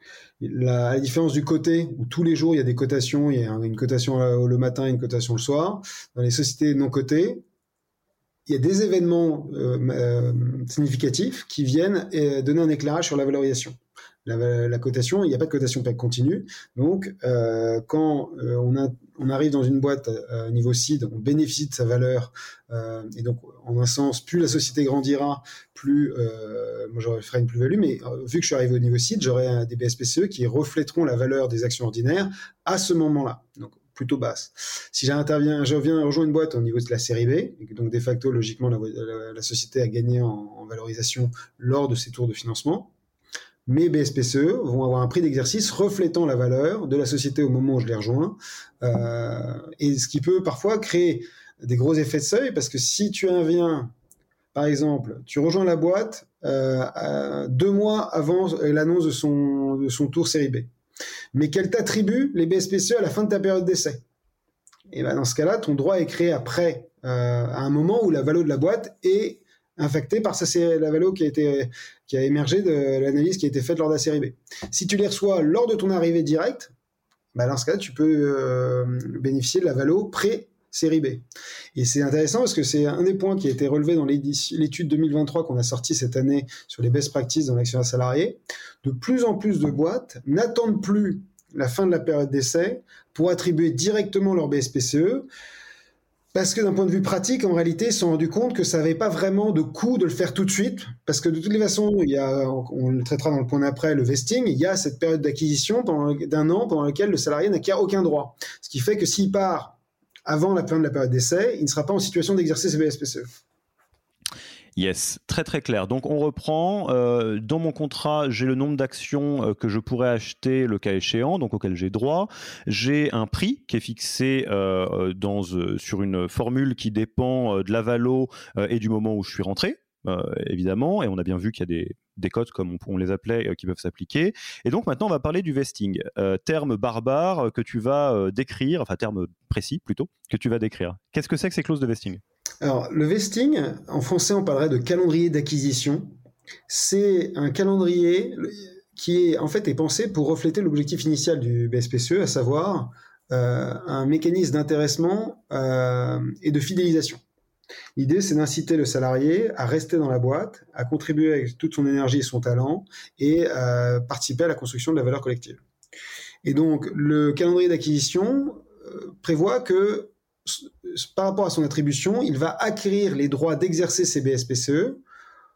La, à la différence du coté, où tous les jours il y a des cotations, il y a une cotation le matin et une cotation le soir, dans les sociétés non cotées, il y a des événements euh, euh, significatifs qui viennent euh, donner un éclairage sur la valorisation. La, la cotation, il n'y a pas de cotation P E C continue, donc euh, quand euh, on, a, on arrive dans une boîte euh, niveau seed, on bénéficie de sa valeur, euh, et donc en un sens, plus la société grandira, plus euh, moi j'aurais ferai une plus-value, mais euh, vu que je suis arrivé au niveau seed, j'aurai un, des B S P C E qui reflèteront la valeur des actions ordinaires à ce moment-là, donc plutôt basse. Si j'interviens, je viens rejoindre une boîte au niveau de la série B, et donc de facto, logiquement, la, la, la société a gagné en, en valorisation lors de ses tours de financement. Mes B S P C E vont avoir un prix d'exercice reflétant la valeur de la société au moment où je les rejoins, euh, et ce qui peut parfois créer des gros effets de seuil, parce que si tu viens, par exemple, tu rejoins la boîte euh, deux mois avant l'annonce de son, de son tour série B, mais qu'elle t'attribue les B S P C E à la fin de ta période d'essai, et ben dans ce cas-là, ton droit est créé après, euh, à un moment où la valeur de la boîte est infecté par sa série, la valo qui a été qui a émergé de l'analyse qui a été faite lors de la série B. Si tu les reçois lors de ton arrivée directe, bah dans ce cas, tu peux euh, bénéficier de la valo pré-série B. Et c'est intéressant parce que c'est un des points qui a été relevé dans l'étude deux mille vingt-trois qu'on a sortie cette année sur les best practices dans l'actionnaire salarié. De plus en plus de boîtes n'attendent plus la fin de la période d'essai pour attribuer directement leur B S P C E. Parce que d'un point de vue pratique, en réalité, ils se sont rendus compte que ça n'avait pas vraiment de coût de le faire tout de suite, parce que de toutes les façons, il y a, on le traitera dans le point d'après, le vesting, il y a cette période d'acquisition pendant, d'un an pendant laquelle le salarié n'acquiert aucun droit. Ce qui fait que s'il part avant la fin de la période d'essai, il ne sera pas en situation d'exercer ses B S P C E. Yes, très très clair. Donc on reprend. Euh, dans mon contrat, j'ai le nombre d'actions euh, que je pourrais acheter le cas échéant, donc auquel j'ai droit. J'ai un prix qui est fixé euh, dans, euh, sur une formule qui dépend euh, de la valo euh, et du moment où je suis rentré. Euh, évidemment, et on a bien vu qu'il y a des, des cotes, comme on, on les appelait, euh, qui peuvent s'appliquer. Et donc maintenant, on va parler du vesting, euh, terme barbare que tu vas euh, décrire, enfin terme précis plutôt, que tu vas décrire. Qu'est-ce que c'est que ces clauses de vesting ? Alors, le vesting, en français, on parlerait de calendrier d'acquisition. C'est un calendrier qui est, en fait, est pensé pour refléter l'objectif initial du B S P C E, à savoir euh, un mécanisme d'intéressement euh, et de fidélisation. L'idée, c'est d'inciter le salarié à rester dans la boîte, à contribuer avec toute son énergie et son talent, et euh, participer à la construction de la valeur collective. Et donc, le calendrier d'acquisition euh, prévoit que, par rapport à son attribution, il va acquérir les droits d'exercer ses B S P C E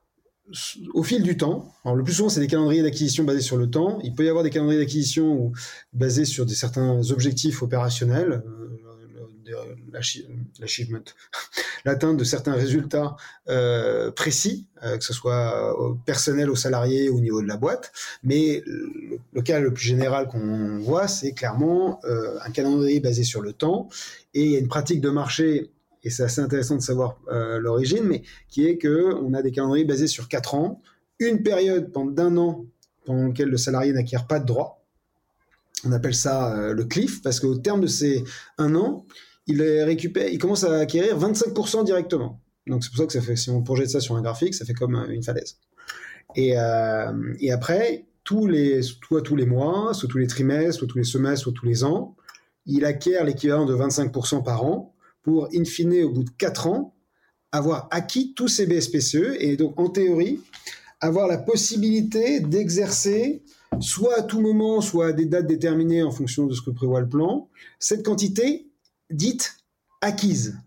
au fil du temps. Alors, le plus souvent, c'est des calendriers d'acquisition basés sur le temps. Il peut y avoir des calendriers d'acquisition basés sur des, certains objectifs opérationnels, euh, l'achievement, l'atteinte de certains résultats euh, précis, euh, que ce soit personnel aux salariés ou au niveau de la boîte. Mais le, le cas le plus général qu'on voit, c'est clairement euh, un calendrier basé sur le temps. Et il y a une pratique de marché, et c'est assez intéressant de savoir euh, l'origine, mais qui est qu'on a des calendriers basés sur quatre ans, une période d'un an pendant laquelle le salarié n'acquiert pas de droit. On appelle ça euh, le cliff, parce qu'au terme de ces un an, il récupère, il commence à acquérir vingt-cinq pour cent directement. Donc c'est pour ça que ça fait, si on projette ça sur un graphique, ça fait comme une falaise. Et, euh, et après, tous les, soit tous les mois, soit tous les trimestres, soit tous les semestres, soit tous les ans, il acquiert l'équivalent de vingt-cinq pour cent par an pour, in fine, au bout de quatre ans, avoir acquis tous ces B S P C E et donc, en théorie, avoir la possibilité d'exercer, soit à tout moment, soit à des dates déterminées en fonction de ce que prévoit le plan, cette quantité dite acquise.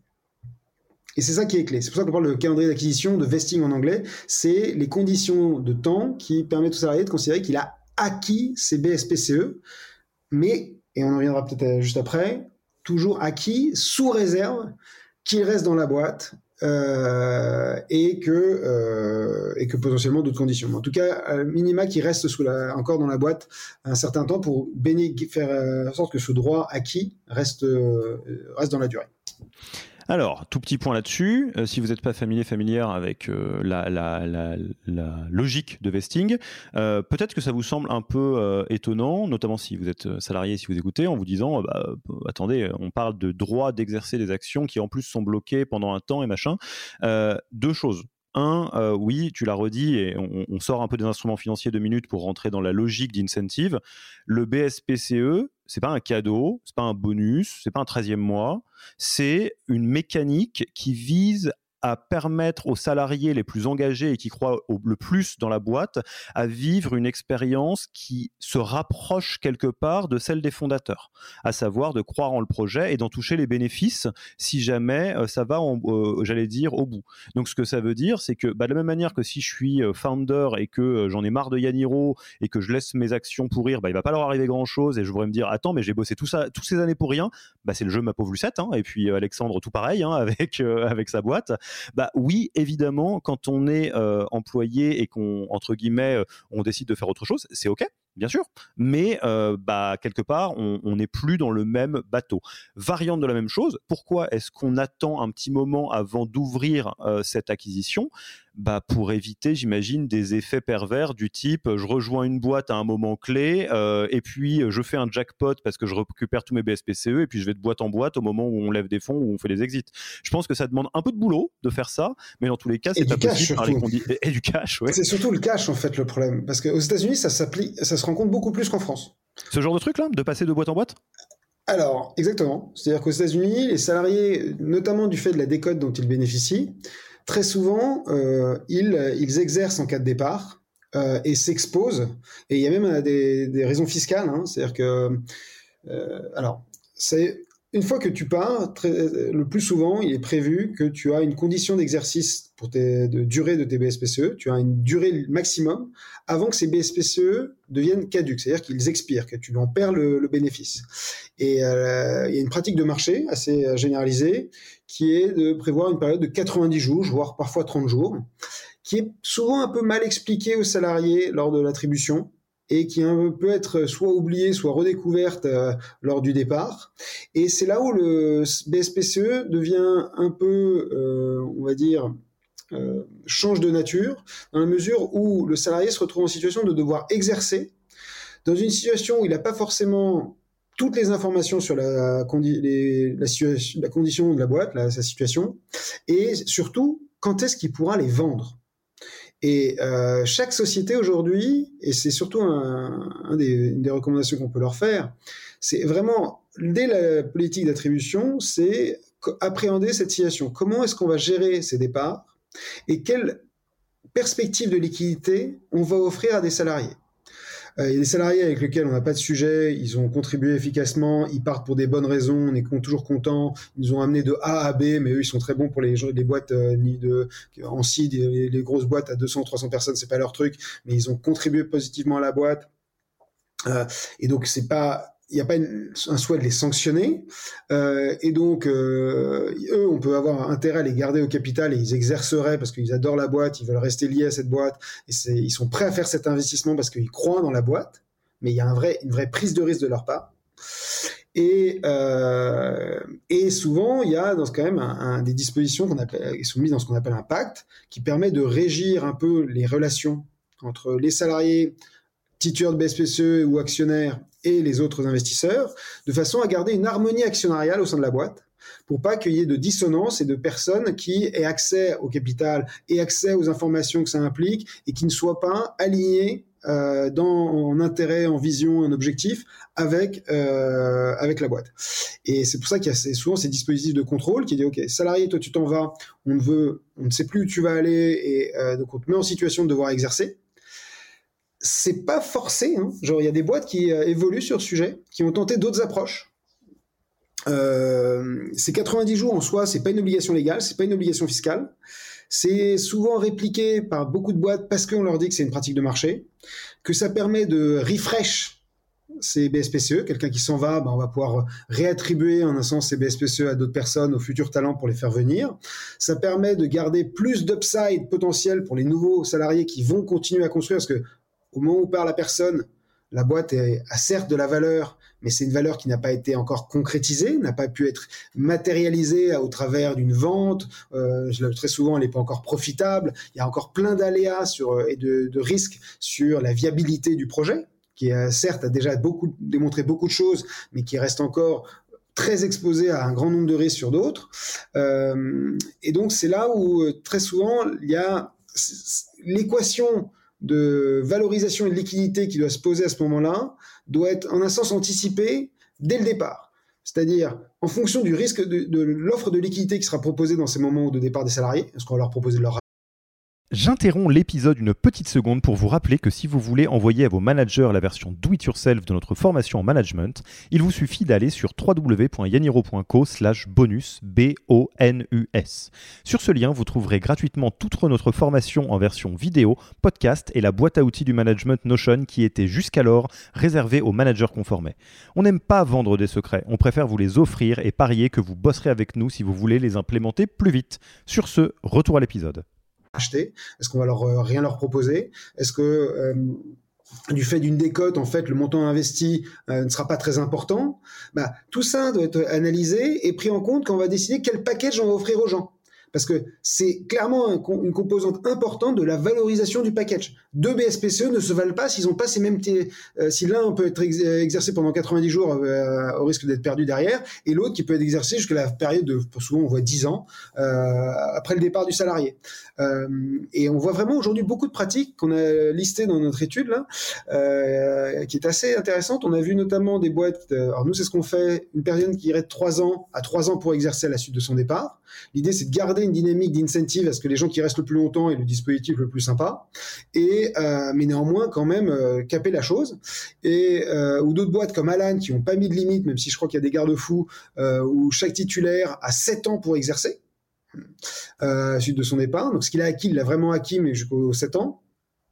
Et c'est ça qui est clé. C'est pour ça qu'on parle de calendrier d'acquisition, de vesting en anglais. C'est les conditions de temps qui permettent au salarié de considérer qu'il a acquis ses B S P C E, mais, et on en reviendra peut-être juste après, toujours acquis sous réserve qu'il reste dans la boîte euh, et, que, euh, et que potentiellement d'autres conditions. Mais en tout cas, euh, minima qui reste sous la, encore dans la boîte un certain temps pour béné- faire en sorte que ce droit acquis reste, euh, reste dans la durée. Alors, tout petit point là-dessus, euh, si vous n'êtes pas familier, familière avec euh, la, la, la, la logique de vesting, euh, peut-être que ça vous semble un peu euh, étonnant, notamment si vous êtes salarié, si vous écoutez, en vous disant, bah, euh, attendez, on parle de droit d'exercer des actions qui en plus sont bloquées pendant un temps et machin. Euh, deux choses. Un, euh, oui, tu l'as redit, et on, on sort un peu des instruments financiers deux minutes pour rentrer dans la logique d'incentive. Le B S P C E, c'est pas un cadeau, c'est pas un bonus, c'est pas un treizième mois, c'est une mécanique qui vise à permettre aux salariés les plus engagés et qui croient au, le plus dans la boîte à vivre une expérience qui se rapproche quelque part de celle des fondateurs, à savoir de croire en le projet et d'en toucher les bénéfices si jamais euh, ça va, en, euh, j'allais dire, au bout. Donc ce que ça veut dire, c'est que bah, de la même manière que si je suis founder et que euh, j'en ai marre de Yaniro et que je laisse mes actions pourrir, bah, il ne va pas leur arriver grand-chose et je pourrais me dire, attends, mais j'ai bossé tout ça, toutes ces années pour rien, bah, c'est le jeu Ma Pauvre Lucette, hein, et puis euh, Alexandre tout pareil, hein, avec, euh, avec sa boîte. Bah oui, évidemment, quand on est euh, employé et qu'on, entre guillemets, euh, on décide de faire autre chose, c'est OK, bien sûr, mais euh, bah, quelque part, on n'est plus dans le même bateau. Variante de la même chose, pourquoi est-ce qu'on attend un petit moment avant d'ouvrir euh, cette acquisition ? Bah, pour éviter, j'imagine, des effets pervers du type je rejoins une boîte à un moment clé euh, et puis je fais un jackpot parce que je récupère tous mes B S P C E et puis je vais de boîte en boîte au moment où on lève des fonds, où on fait des exits. Je pense que ça demande un peu de boulot de faire ça, mais dans tous les cas, c'est pas possible par les conditions. Et, et du cash, ouais. C'est surtout le cash, en fait, le problème. Parce qu'aux États-Unis, ça, s'applique, ça se rencontre beaucoup plus qu'en France. Ce genre de truc-là, de passer de boîte en boîte ? Alors, exactement. C'est-à-dire qu'aux États-Unis, les salariés, notamment du fait de la décote dont ils bénéficient, très souvent, euh, ils, ils exercent en cas de départ euh, et s'exposent. Et il y a même euh, des, des raisons fiscales. Hein, c'est-à-dire que, euh, alors, c'est une fois que tu pars, très, le plus souvent, il est prévu que tu as une condition d'exercice pour tes, de durée de tes B S P C E. Tu as une durée maximum avant que ces B S P C E deviennent caducs, c'est-à-dire qu'ils expirent, que tu en perds le, le bénéfice. Et euh, il y a une pratique de marché assez généralisée qui est de prévoir une période de quatre-vingt-dix jours, voire parfois trente jours, qui est souvent un peu mal expliquée aux salariés lors de l'attribution et qui peut être soit oubliée, soit redécouverte euh, lors du départ. Et c'est là où le B S P C E devient un peu, euh, on va dire, euh, change de nature, dans la mesure où le salarié se retrouve en situation de devoir exercer dans une situation où il n'a pas forcément toutes les informations sur la, condi- les, la, situation, la condition de la boîte, la, sa situation, et surtout, quand est-ce qu'il pourra les vendre. Et euh, chaque société aujourd'hui, et c'est surtout un, un des, une des recommandations qu'on peut leur faire, c'est vraiment, dès la politique d'attribution, c'est appréhender cette situation. Comment est-ce qu'on va gérer ces départs et quelle perspective de liquidité on va offrir à des salariés. Euh, il y a des salariés avec lesquels on n'a pas de sujet, ils ont contribué efficacement, ils partent pour des bonnes raisons, on est toujours contents, ils nous ont amené de A à B, mais eux ils sont très bons pour les, les boîtes euh, ni de, en seed, les, les grosses boîtes à deux cents, trois cents personnes, c'est pas leur truc, mais ils ont contribué positivement à la boîte. Euh, et donc c'est pas, il n'y a pas une, un souhait de les sanctionner, euh, et donc euh, eux, on peut avoir intérêt à les garder au capital et ils exerceraient parce qu'ils adorent la boîte, ils veulent rester liés à cette boîte et c'est, ils sont prêts à faire cet investissement parce qu'ils croient dans la boîte, mais il y a un vrai, une vraie prise de risque de leur part. Et, euh, et souvent, il y a dans ce, quand même un, un, des dispositions qu'on appelle, qui sont mises dans ce qu'on appelle un pacte, qui permet de régir un peu les relations entre les salariés, titulaires de B S P C E ou actionnaires et les autres investisseurs, de façon à garder une harmonie actionnariale au sein de la boîte, pour pas qu'il y ait de dissonance et de personnes qui aient accès au capital et accès aux informations que ça implique et qui ne soient pas alignées euh, dans, en intérêt, en vision, en objectif avec, euh, avec la boîte. Et c'est pour ça qu'il y a ces, souvent ces dispositifs de contrôle qui disent « Ok, salarié, toi tu t'en vas, on ne, veut, on ne sait plus où tu vas aller et euh, donc on te met en situation de devoir exercer ». C'est pas forcé, hein. Genre il y a des boîtes qui euh, évoluent sur ce sujet, qui ont tenté d'autres approches. Euh, ces quatre-vingt-dix jours en soi, c'est pas une obligation légale, c'est pas une obligation fiscale. C'est souvent répliqué par beaucoup de boîtes parce qu'on leur dit que c'est une pratique de marché, que ça permet de refresh ces B S P C E. Quelqu'un qui s'en va, ben on va pouvoir réattribuer en un sens ces B S P C E à d'autres personnes, aux futurs talents pour les faire venir. Ça permet de garder plus d'upside potentiel pour les nouveaux salariés qui vont continuer à construire, parce que au moment où part la personne, la boîte est, a certes de la valeur, mais c'est une valeur qui n'a pas été encore concrétisée, n'a pas pu être matérialisée au travers d'une vente. Euh, très souvent, elle n'est pas encore profitable. Il y a encore plein d'aléas sur, et de, de risques sur la viabilité du projet, qui euh, certes a déjà beaucoup, démontré beaucoup de choses, mais qui reste encore très exposé à un grand nombre de risques sur d'autres. Euh, et donc, c'est là où très souvent, il y a l'équation de valorisation et de liquidité qui doit se poser à ce moment-là, doit être en un sens anticipée dès le départ. C'est-à-dire, en fonction du risque de, de l'offre de liquidité qui sera proposée dans ces moments de départ des salariés, est-ce qu'on va leur proposer de leur... J'interromps l'épisode une petite seconde pour vous rappeler que si vous voulez envoyer à vos managers la version do-it-yourself de notre formation en management, il vous suffit d'aller sur w w w point yaniro point co slash bonus, B O N U S. Sur ce lien, vous trouverez gratuitement toute notre formation en version vidéo, podcast et la boîte à outils du management Notion qui était jusqu'alors réservée aux managers qu'on formait. On n'aime pas vendre des secrets, on préfère vous les offrir et parier que vous bosserez avec nous si vous voulez les implémenter plus vite. Sur ce, retour à l'épisode. Acheter? Est-ce qu'on va leur euh, rien leur proposer? Est-ce que euh, du fait d'une décote, en fait, le montant investi euh, ne sera pas très important? Bah, tout ça doit être analysé et pris en compte quand on va décider quel package on va offrir aux gens. Parce que c'est clairement un, une composante importante de la valorisation du package. Deux B S P C E ne se valent pas s'ils n'ont pas ces mêmes... T- euh, si l'un peut être ex- exercé pendant quatre-vingt-dix jours euh, au risque d'être perdu derrière, et l'autre qui peut être exercé jusqu'à la période de, souvent on voit dix ans, euh, après le départ du salarié. Euh, et on voit vraiment aujourd'hui beaucoup de pratiques qu'on a listées dans notre étude, là, euh, qui est assez intéressante. On a vu notamment des boîtes... Euh, alors nous, c'est ce qu'on fait, une personne qui irait de trois ans à trois ans pour exercer à la suite de son départ. L'idée, c'est de garder une dynamique d'incentive à ce que les gens qui restent le plus longtemps aient le dispositif le plus sympa, et, euh, mais néanmoins quand même euh, caper la chose. Et, euh, ou d'autres boîtes comme Alan qui n'ont pas mis de limite, même si je crois qu'il y a des garde-fous, euh, où chaque titulaire a sept ans pour exercer euh, à la suite de son départ. Donc ce qu'il a acquis, il l'a vraiment acquis, mais jusqu'aux sept ans.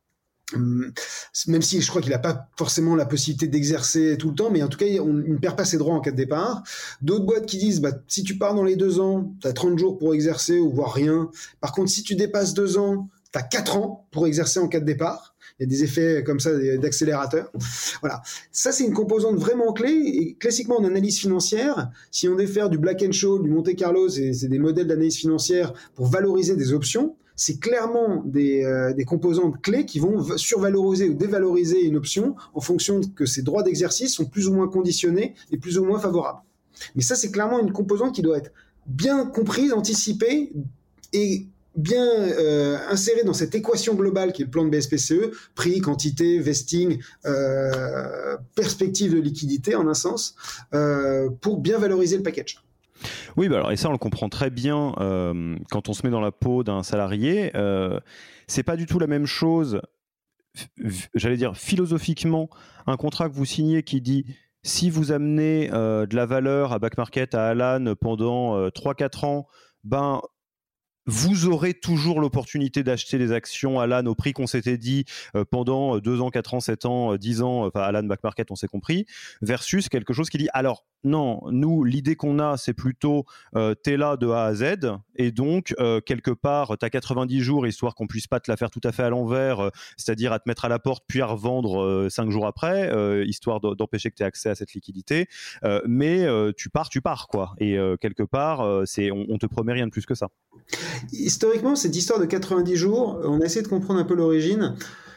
Même si je crois qu'il n'a pas forcément la possibilité d'exercer tout le temps, mais en tout cas, on ne perd pas ses droits en cas de départ. D'autres boîtes qui disent, bah, si tu pars dans les deux ans, tu as trente jours pour exercer ou voire rien. Par contre, si tu dépasses deux ans, tu as quatre ans pour exercer en cas de départ. Il y a des effets comme ça d'accélérateur. Voilà. Ça, c'est une composante vraiment clé. Et classiquement, en analyse financière, si on devait faire du Black and Scholes, du Monte Carlo, c'est, c'est des modèles d'analyse financière pour valoriser des options. C'est clairement des, euh, des composantes clés qui vont survaloriser ou dévaloriser une option en fonction que ses droits d'exercice sont plus ou moins conditionnés et plus ou moins favorables. Mais ça, c'est clairement une composante qui doit être bien comprise, anticipée et bien euh, insérée dans cette équation globale qui est le plan de B S P C E, prix, quantité, vesting, euh, perspective de liquidité en un sens, euh, pour bien valoriser le package. Oui, bah alors, et ça on le comprend très bien euh, quand on se met dans la peau d'un salarié. Euh, c'est pas du tout la même chose, f- j'allais dire philosophiquement, un contrat que vous signez qui dit si vous amenez euh, de la valeur à Back Market, à Alan pendant euh, trois quatre ans, ben vous aurez toujours l'opportunité d'acheter des actions Alan au prix qu'on s'était dit euh, pendant deux ans, quatre ans, sept ans, dix ans, enfin Alan Back Market, on s'est compris, versus quelque chose qui dit alors non, nous l'idée qu'on a c'est plutôt euh, t'es là de A à Z et donc euh, quelque part t'as quatre-vingt-dix jours histoire qu'on puisse pas te la faire tout à fait à l'envers, euh, c'est-à-dire à te mettre à la porte puis à revendre euh, cinq jours après, euh, histoire de, d'empêcher que tu aies accès à cette liquidité, euh, mais euh, tu pars, tu pars quoi, et euh, quelque part euh, c'est, on, on te promet rien de plus que ça. Historiquement, cette histoire de quatre-vingt-dix jours, on a essayé de comprendre un peu l'origine.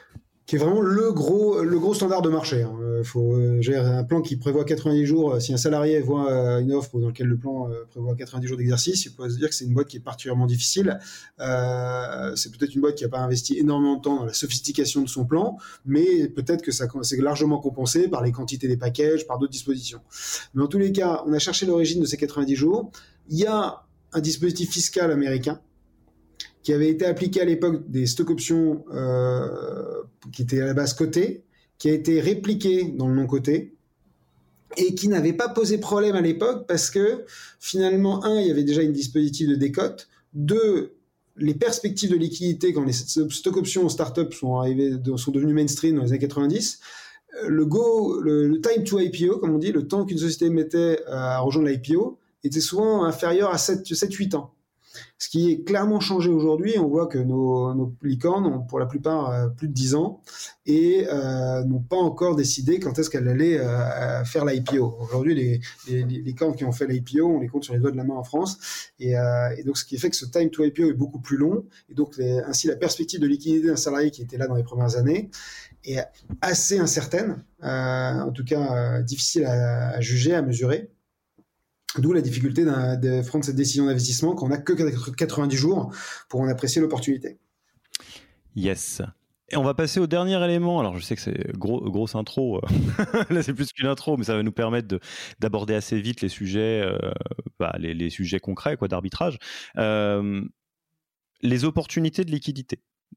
qui est vraiment le gros, le gros standard de marché. Hein. Euh, faut euh, gérer un plan qui prévoit quatre-vingt-dix jours. Si un salarié voit euh, une offre dans laquelle le plan euh, prévoit quatre-vingt-dix jours d'exercice, il peut se dire que c'est une boîte qui est particulièrement difficile. Euh, c'est peut-être une boîte qui n'a pas investi énormément de temps dans la sophistication de son plan, mais peut-être que ça c'est largement compensé par les quantités des packages, par d'autres dispositions. Mais en tous les cas, on a cherché l'origine de ces quatre-vingt-dix jours. Il y a un dispositif fiscal américain qui avait été appliqué à l'époque des stock options euh, qui étaient à la base cotées, qui a été répliqué dans le non coté et qui n'avait pas posé problème à l'époque parce que finalement, un, il y avait déjà une dispositif de décote, deux, les perspectives de liquidité quand les stock options startups sont arrivées, sont devenues mainstream dans les années quatre-vingt-dix, le go, le, le time to I P O, comme on dit, le temps qu'une société mettait à rejoindre l'I P O, était souvent inférieur à sept huit ans. Ce qui est clairement changé aujourd'hui, on voit que nos, nos licornes ont pour la plupart euh, plus de dix ans et euh, n'ont pas encore décidé quand est-ce qu'elles allaient euh, faire l'I P O. Aujourd'hui, les, les, les licornes qui ont fait l'I P O, on les compte sur les doigts de la main en France. Et, euh, et donc, ce qui fait que ce time to I P O est beaucoup plus long. Et donc, les, ainsi, la perspective de liquidité d'un salarié qui était là dans les premières années est assez incertaine, euh, en tout cas euh, difficile à, à juger, à mesurer. D'où la difficulté de prendre cette décision d'investissement quand on n'a que quatre-vingt-dix jours pour en apprécier l'opportunité. Yes. Et on va passer au dernier élément. Alors, je sais que c'est gros, grosse intro. Là, c'est plus qu'une intro, mais ça va nous permettre de, d'aborder assez vite les sujets, euh, bah, les, les sujets concrets, quoi, d'arbitrage. Euh, les opportunités de liquidité.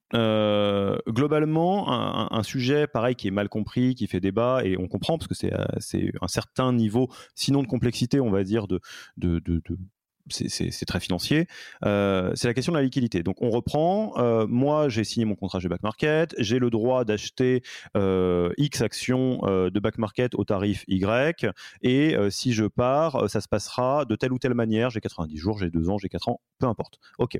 Euh, globalement, un, un sujet pareil qui est mal compris, qui fait débat, et on comprend parce que c'est, c'est un certain niveau, sinon de complexité, on va dire, de, de, de, de c'est, c'est, c'est très financier. Euh, c'est la question de la liquidité. Donc on reprend. Euh, moi, j'ai signé mon contrat chez Back Market, j'ai le droit d'acheter euh, X actions euh, de Back Market au tarif Y, et euh, si je pars, ça se passera de telle ou telle manière. J'ai quatre-vingt-dix jours, j'ai deux ans, j'ai quatre ans, peu importe. Ok.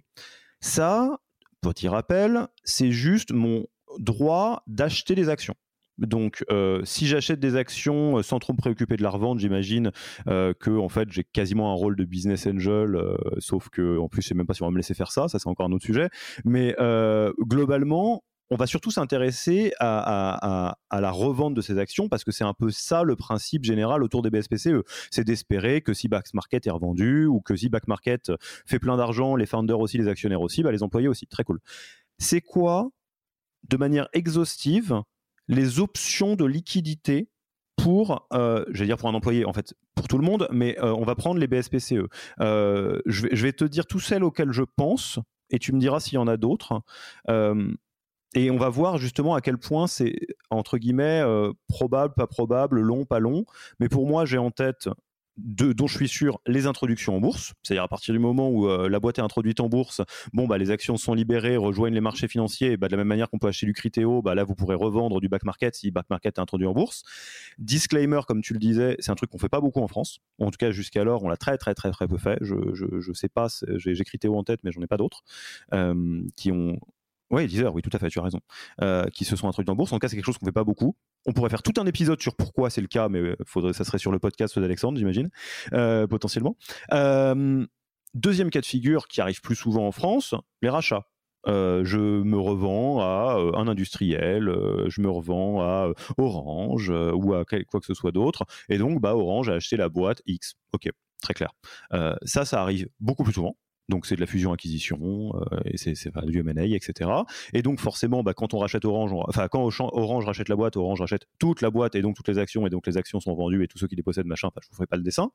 Ça, petit rappel, c'est juste mon droit d'acheter des actions. Donc, euh, si j'achète des actions sans trop me préoccuper de la revente, j'imagine euh, que en fait j'ai quasiment un rôle de business angel, euh, sauf que en plus je sais même pas si on va me laisser faire ça. Ça c'est encore un autre sujet. Mais euh, globalement, on va surtout s'intéresser à, à, à, à la revente de ces actions parce que c'est un peu ça le principe général autour des B S P C E. C'est d'espérer que si Back Market est revendu ou que si Back Market fait plein d'argent, les founders aussi, les actionnaires aussi, bah les employés aussi. Très cool. C'est quoi, de manière exhaustive, les options de liquidité pour, euh, je vais dire pour un employé, en fait, pour tout le monde, mais euh, on va prendre les B S P C E. Euh, je, vais, je vais te dire tous celles auxquelles je pense et tu me diras s'il y en a d'autres. Euh, Et on va voir justement à quel point c'est, entre guillemets, euh, probable, pas probable, long, pas long. Mais pour moi, j'ai en tête, de, dont je suis sûr, les introductions en bourse. C'est-à-dire à partir du moment où euh, la boîte est introduite en bourse, bon, bah, les actions sont libérées, rejoignent les marchés financiers. Et bah, de la même manière qu'on peut acheter du Criteo, bah, là, vous pourrez revendre du Back Market si Back Market est introduit en bourse. Disclaimer, comme tu le disais, c'est un truc qu'on ne fait pas beaucoup en France. En tout cas, jusqu'alors, on l'a très, très, très, très peu fait. Je ne sais pas, j'ai, j'ai Criteo en tête, mais j'en ai pas d'autres euh, qui ont... Oui, Deezer, oui, tout à fait, tu as raison. Euh, qui se sont introduits en bourse. En tout cas, c'est quelque chose qu'on ne fait pas beaucoup. On pourrait faire tout un épisode sur pourquoi c'est le cas, mais faudrait, ça serait sur le podcast d'Alexandre, j'imagine, euh, potentiellement. Euh, deuxième cas de figure qui arrive plus souvent en France, les rachats. Euh, je me revends à euh, un industriel, euh, je me revends à euh, Orange euh, ou à quel, quoi que ce soit d'autre. Et donc, bah, Orange a acheté la boîte X. Ok, très clair. Euh, ça, ça arrive beaucoup plus souvent. Donc c'est de la fusion-acquisition, euh, et c'est, c'est enfin, du M and A, et cetera. Et donc forcément, bah, quand on rachète Orange, on, enfin quand Orange rachète la boîte, Orange rachète toute la boîte et donc toutes les actions, et donc les actions sont vendues et tous ceux qui les possèdent, machin, enfin je vous ferai pas le dessin.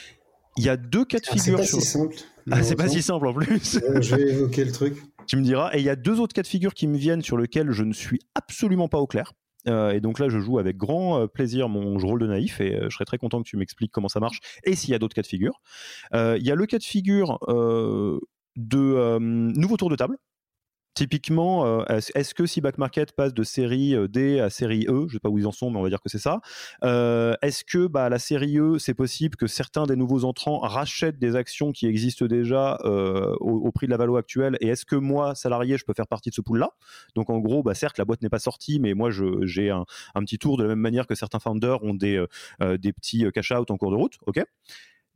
Il y a deux cas de ah, figure. C'est pas sur... si simple. Ah, c'est pas si simple en plus. euh, je vais évoquer le truc. Tu me diras. Et il y a deux autres cas de figure qui me viennent sur lesquels je ne suis absolument pas au clair. Euh, et donc là, je joue avec grand euh, plaisir mon rôle de naïf et euh, je serais très content que tu m'expliques comment ça marche et s'il y a d'autres cas de figure. Euh, il y a le cas de figure euh, de euh, nouveau tour de table. Typiquement, euh, est-ce que si Back Market passe de série D à série E, je ne sais pas où ils en sont, mais on va dire que c'est ça, euh, est-ce que bah, la série E, c'est possible que certains des nouveaux entrants rachètent des actions qui existent déjà euh, au, au prix de la valo actuelle, et est-ce que moi, salarié, je peux faire partie de ce pool-là? Donc en gros, bah, certes, la boîte n'est pas sortie, mais moi, je, j'ai un, un petit tour de la même manière que certains founders ont des, euh, des petits cash-out en cours de route, ok?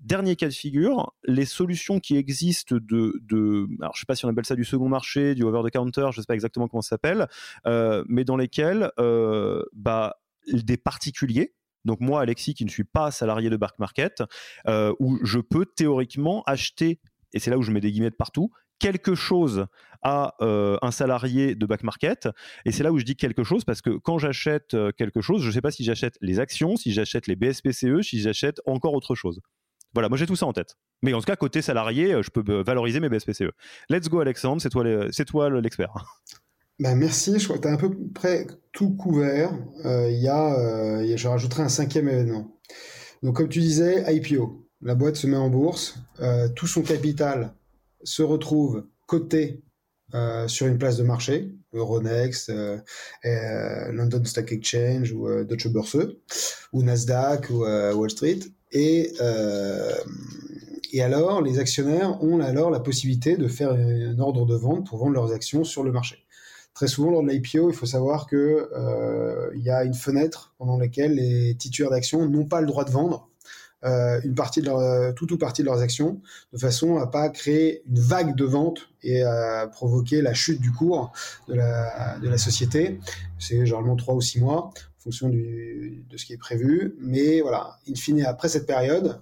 dernier cas de figure, les solutions qui existent de, de alors je sais pas si on appelle ça du second marché, du over the counter, je sais pas exactement comment ça s'appelle, euh, mais dans lesquelles euh, bah, des particuliers, donc moi Alexis qui ne suis pas salarié de Back Market, euh, où je peux théoriquement acheter, et c'est là où je mets des guillemets de partout, quelque chose à euh, un salarié de Back Market, et c'est là où je dis quelque chose parce que quand j'achète quelque chose, je ne sais pas si j'achète les actions, si j'achète les B S P C E, si j'achète encore autre chose. Voilà, moi j'ai tout ça en tête. Mais en tout cas, côté salarié, je peux valoriser mes B S P C E. Let's go Alexandre, c'est toi, les, c'est toi l'expert. Ben merci, je crois que tu as à peu près tout couvert. Il euh, y a, euh, je rajouterai un cinquième événement. Donc comme tu disais, I P O. La boîte se met en bourse, euh, tout son capital se retrouve coté euh, sur une place de marché, Euronext, euh, euh, London Stock Exchange ou euh, Deutsche Börse, ou Nasdaq ou euh, Wall Street. Et, euh, et alors, les actionnaires ont alors la possibilité de faire un ordre de vente pour vendre leurs actions sur le marché. Très souvent, lors de l'I P O, il faut savoir qu'il euh, y a une fenêtre pendant laquelle les titulaires d'actions n'ont pas le droit de vendre euh, une partie de leur, tout ou partie de leurs actions, de façon à pas créer une vague de vente et à provoquer la chute du cours de la, de la société. C'est généralement trois ou six mois, en fonction du, de ce qui est prévu. Mais voilà, in fine, après cette période,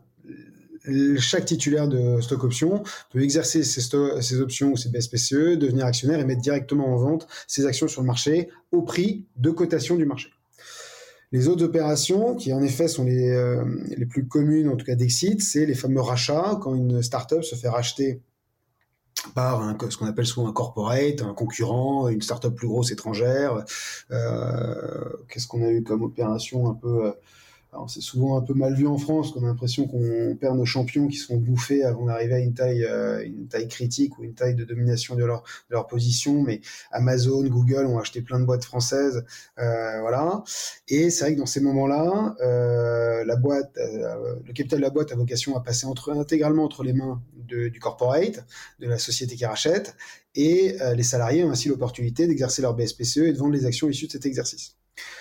chaque titulaire de stock option peut exercer ses, sto- ses options ou ses B S P C E, devenir actionnaire et mettre directement en vente ses actions sur le marché au prix de cotation du marché. Les autres opérations, qui en effet sont les, euh, les plus communes, en tout cas d'exit, c'est les fameux rachats, quand une startup se fait racheter par un, ce qu'on appelle souvent un corporate, un concurrent, une startup plus grosse étrangère. Euh, qu'est-ce qu'on a eu comme opération un peu... Euh, Alors, c'est souvent un peu mal vu en France, qu'on a l'impression qu'on perd nos champions qui sont bouffés avant d'arriver à une taille, euh, une taille critique ou une taille de domination de leur, de leur position. Mais Amazon, Google ont acheté plein de boîtes françaises, euh, voilà. Et c'est vrai que dans ces moments-là, euh, la boîte, euh, le capital de la boîte a vocation à passer entre, intégralement entre les mains de, du corporate, de la société qui rachète, et euh, les salariés ont ainsi l'opportunité d'exercer leur B S P C E et de vendre les actions issues de cet exercice.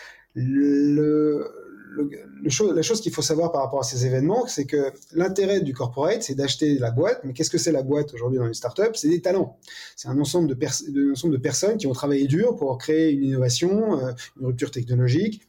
Le Le, le chose, la chose qu'il faut savoir par rapport à ces événements, c'est que l'intérêt du corporate, c'est d'acheter la boîte. Mais qu'est-ce que c'est la boîte aujourd'hui dans une startup ? C'est des talents. C'est un ensemble de, pers- de, un ensemble de personnes qui ont travaillé dur pour créer une innovation, euh, une rupture technologique,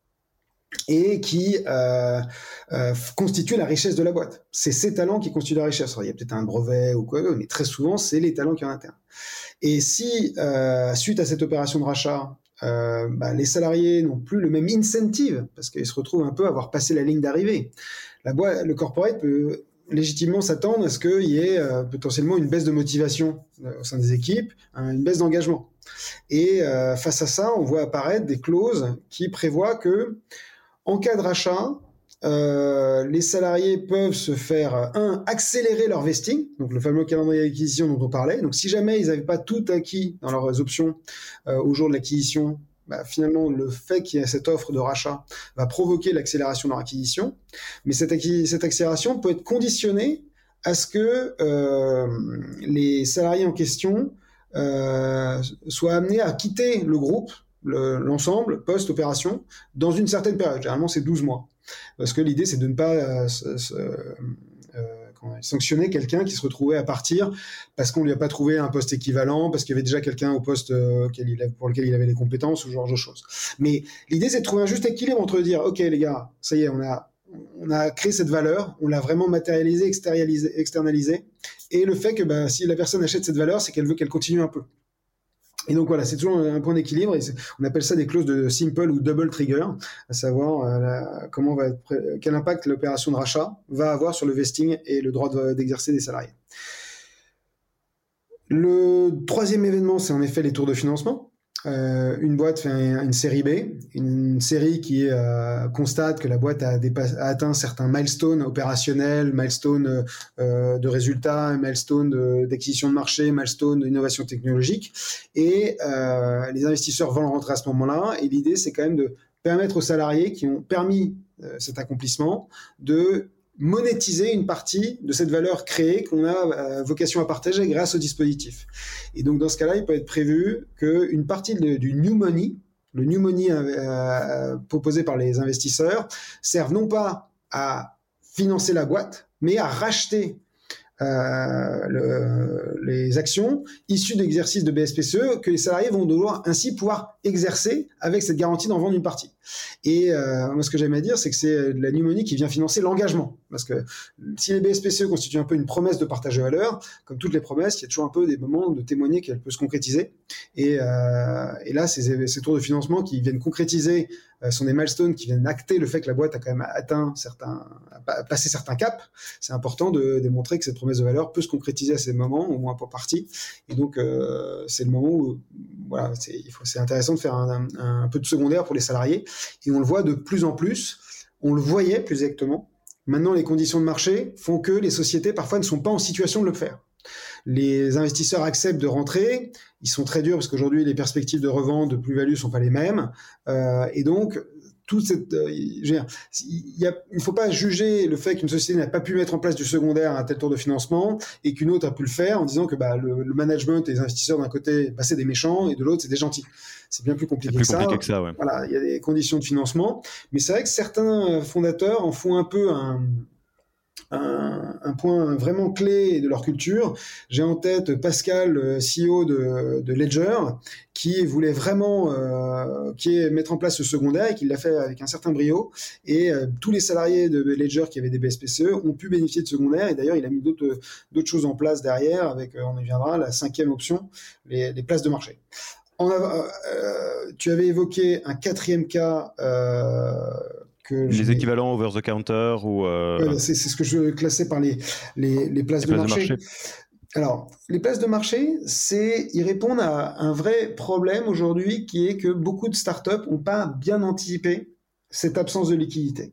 et qui euh, euh, constituent la richesse de la boîte. C'est ces talents qui constituent la richesse. Alors, il y a peut-être un brevet ou quoi, mais très souvent, c'est les talents qui en interne. Et si, euh, suite à cette opération de rachat, Euh, bah, les salariés n'ont plus le même incentive parce qu'ils se retrouvent un peu à avoir passé la ligne d'arrivée. La boîte, le corporate peut légitimement s'attendre à ce qu'il y ait euh, potentiellement une baisse de motivation euh, au sein des équipes, hein, une baisse d'engagement. Et euh, face à ça, on voit apparaître des clauses qui prévoient que, en cas de rachat, Euh, les salariés peuvent se faire, un, accélérer leur vesting, donc le fameux calendrier d'acquisition dont on parlait. Donc si jamais ils n'avaient pas tout acquis dans leurs options euh, au jour de l'acquisition, bah, finalement le fait qu'il y ait cette offre de rachat va provoquer l'accélération de leur acquisition. Mais cette, acquis- cette accélération peut être conditionnée à ce que euh, les salariés en question euh, soient amenés à quitter le groupe, le, l'ensemble, post-opération, dans une certaine période. Généralement c'est douze mois. Parce que l'idée, c'est de ne pas euh, se, se, euh, sanctionner quelqu'un qui se retrouvait à partir parce qu'on ne lui a pas trouvé un poste équivalent, parce qu'il y avait déjà quelqu'un au poste euh, pour lequel il avait les compétences, ou ce genre de choses. Mais l'idée, c'est de trouver un juste équilibre entre dire, OK, les gars, ça y est, on a, on a créé cette valeur, on l'a vraiment matérialisée, externalisée, et le fait que bah, si la personne achète cette valeur, c'est qu'elle veut qu'elle continue un peu. Et donc voilà, c'est toujours un point d'équilibre, et on appelle ça des clauses de simple ou double trigger, à savoir euh, la, comment va être, quel impact l'opération de rachat va avoir sur le vesting et le droit de, d'exercer des salariés. Le troisième événement, c'est en effet les tours de financement. Euh, une boîte fait un, une série B, une série qui euh, constate que la boîte a, dépassé, a atteint certains milestones opérationnels, milestones euh, de résultats, milestones de, d'acquisition de marché, milestones d'innovation technologique, et euh, les investisseurs vont rentrer à ce moment-là, et l'idée c'est quand même de permettre aux salariés qui ont permis euh, cet accomplissement de monétiser une partie de cette valeur créée qu'on a euh, vocation à partager grâce au dispositif. Et donc dans ce cas-là, il peut être prévu qu'une partie de, du new money, le new money euh, proposé par les investisseurs, serve non pas à financer la boîte, mais à racheter euh, le, les actions issues d'exercices de B S P C E que les salariés vont devoir ainsi pouvoir exercer avec cette garantie d'en vendre une partie. Et euh, moi, ce que j'aime à dire, c'est que c'est de la new money qui vient financer l'engagement. Parce que si les B S P C E constituent un peu une promesse de partage de valeur, comme toutes les promesses, il y a toujours un peu des moments de témoigner qu'elle peut se concrétiser. Et, euh, et là, ces, ces tours de financement qui viennent concrétiser euh, sont des milestones qui viennent acter le fait que la boîte a quand même atteint certains, a passé certains caps. C'est important de démontrer que cette promesse de valeur peut se concrétiser à ces moments, au moins pour partie. Et donc, euh, c'est le moment où, voilà, c'est, il faut, c'est intéressant de faire un, un, un peu de secondaire pour les salariés. Et on le voit de plus en plus. On le voyait plus exactement. Maintenant, les conditions de marché font que les sociétés, parfois, ne sont pas en situation de le faire. Les investisseurs acceptent de rentrer. Ils sont très durs parce qu'aujourd'hui, les perspectives de revente, de plus-value ne sont pas les mêmes. Euh, et donc, toute cette, euh, je veux dire, il y a, il faut pas juger le fait qu'une société n'a pas pu mettre en place du secondaire à un tel tour de financement et qu'une autre a pu le faire en disant que bah, le, le management et les investisseurs d'un côté, bah, c'est des méchants et de l'autre, c'est des gentils. C'est bien plus compliqué, c'est plus que, compliqué ça. que ça. Ouais. Voilà, il y a des conditions de financement, mais c'est vrai que certains fondateurs en font un peu un Un, un point vraiment clé de leur culture. J'ai en tête Pascal, C E O de, de Ledger, qui voulait vraiment euh, qui est mettre en place ce secondaire et qui l'a fait avec un certain brio. Et euh, tous les salariés de Ledger qui avaient des B S P C E ont pu bénéficier de secondaire. Et d'ailleurs, il a mis d'autres, d'autres choses en place derrière, avec, on y viendra, la cinquième option, les, les places de marché. En, euh, tu avais évoqué un quatrième cas euh, que les équivalents over the counter ou euh... ouais, c'est, c'est ce que je classais par les, les, les places, les de, places marché. de marché. Alors, les places de marché, c'est, ils répondent à un vrai problème aujourd'hui qui est que beaucoup de startups n'ont pas bien anticipé cette absence de liquidité.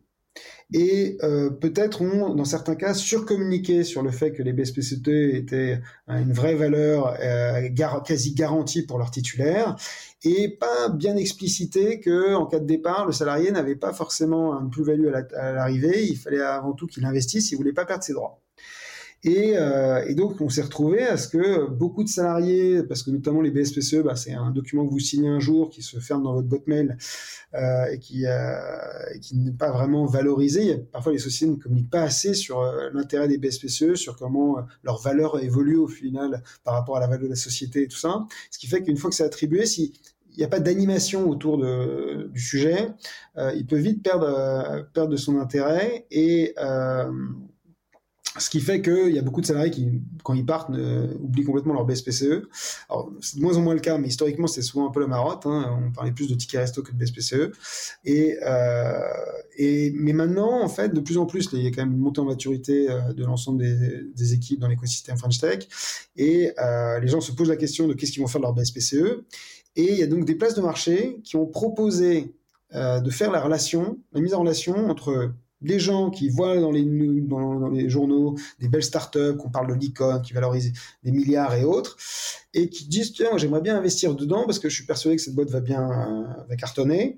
Et euh, peut-être ont, dans certains cas, surcommuniqué sur le fait que les B S P C E étaient une vraie valeur euh, gar- quasi garantie pour leurs titulaires, et pas bien explicité que, en cas de départ, le salarié n'avait pas forcément une plus-value à, la, à l'arrivée. Il fallait avant tout qu'il investisse, il voulait pas perdre ses droits. Et, euh, et donc, on s'est retrouvé à ce que beaucoup de salariés, parce que notamment les B S P C E, bah, c'est un document que vous signez un jour qui se ferme dans votre boîte mail euh, et, qui, euh, et qui n'est pas vraiment valorisé. Il y a, parfois, les sociétés ne communiquent pas assez sur euh, l'intérêt des B S P C E, sur comment euh, leur valeur évolue au final par rapport à la valeur de la société et tout ça. Ce qui fait qu'une fois que c'est attribué, si il n'y a pas d'animation autour de, du sujet, euh, il peut vite perdre, euh, perdre de son intérêt et... Euh, Ce qui fait qu'il y a beaucoup de salariés qui, quand ils partent, euh, oublient complètement leur B S P C E. Alors, c'est de moins en moins le cas, mais historiquement, c'était souvent un peu la marotte. Hein. On parlait plus de tickets resto que de B S P C E. Et, euh, et, mais maintenant, en fait, de plus en plus, il y a quand même une montée en maturité euh, de l'ensemble des, des équipes dans l'écosystème French Tech. Et euh, les gens se posent la question de qu'est-ce qu'ils vont faire de leur B S P C E. Et il y a donc des places de marché qui ont proposé euh, de faire la relation, la mise en relation entre des gens qui voient dans les, dans, dans les journaux des belles startups, qu'on parle de licorne, qui valorisent des milliards et autres, et qui disent, tiens, j'aimerais bien investir dedans parce que je suis persuadé que cette boîte va bien euh, va cartonner.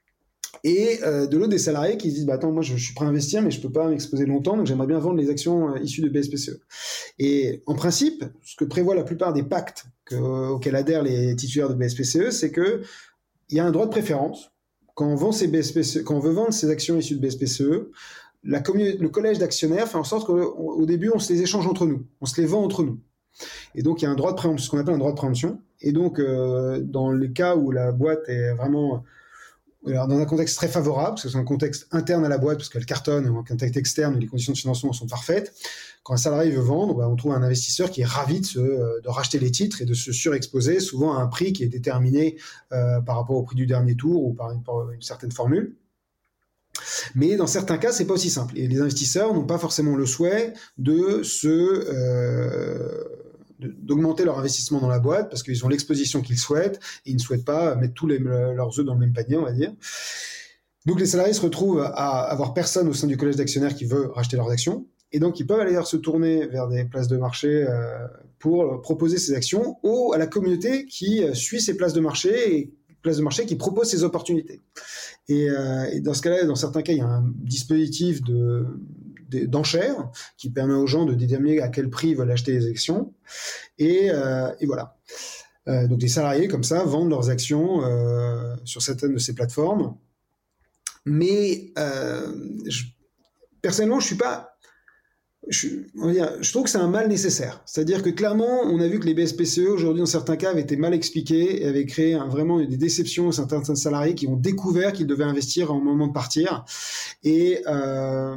Et euh, de l'autre, des salariés qui se disent, bah, attends, moi, je, je suis prêt à investir, mais je peux pas m'exposer longtemps, donc j'aimerais bien vendre les actions euh, issues de B S P C E. Et en principe, ce que prévoit la plupart des pactes que, auxquels adhèrent les titulaires de B S P C E, c'est que il y a un droit de préférence. Quand on vend ces B S P C E, quand on veut vendre ces actions issues de B S P C E, la commun- le collège d'actionnaires fait en sorte qu'au début, on se les échange entre nous, on se les vend entre nous. Et donc, il y a un droit de préemption, ce qu'on appelle un droit de préemption. Et donc, euh, dans les cas où la boîte est vraiment alors, dans un contexte très favorable, parce que c'est un contexte interne à la boîte, parce qu'elle cartonne, ou un contexte externe où les conditions de financement sont parfaites, quand un salarié veut vendre, bah, on trouve un investisseur qui est ravi de, se, de racheter les titres et de se surexposer, souvent à un prix qui est déterminé euh, par rapport au prix du dernier tour ou par une, par une certaine formule. Mais dans certains cas, c'est pas aussi simple. Et les investisseurs n'ont pas forcément le souhait de se... Euh, d'augmenter leur investissement dans la boîte parce qu'ils ont l'exposition qu'ils souhaitent et ils ne souhaitent pas mettre tous les, leurs œufs dans le même panier, on va dire. Donc les salariés se retrouvent à avoir personne au sein du collège d'actionnaires qui veut racheter leurs actions et donc ils peuvent aller se tourner vers des places de marché euh, pour proposer ces actions ou à la communauté qui suit ces places de marché et places de marché qui proposent ces opportunités. Et, euh, et dans ce cas-là, dans certains cas, il y a un dispositif de d'enchères qui permet aux gens de déterminer à quel prix ils veulent acheter les actions. Et, euh, et voilà. Euh, donc les salariés, comme ça, vendent leurs actions euh, sur certaines de ces plateformes. Mais euh, je, personnellement, je suis pas... Je, on va dire, je trouve que c'est un mal nécessaire. C'est-à-dire que clairement, on a vu que les B S P C E, aujourd'hui, dans certains cas, avaient été mal expliqués et avaient créé un, vraiment des déceptions aux certains salariés qui ont découvert qu'ils devaient investir au moment de partir et, euh,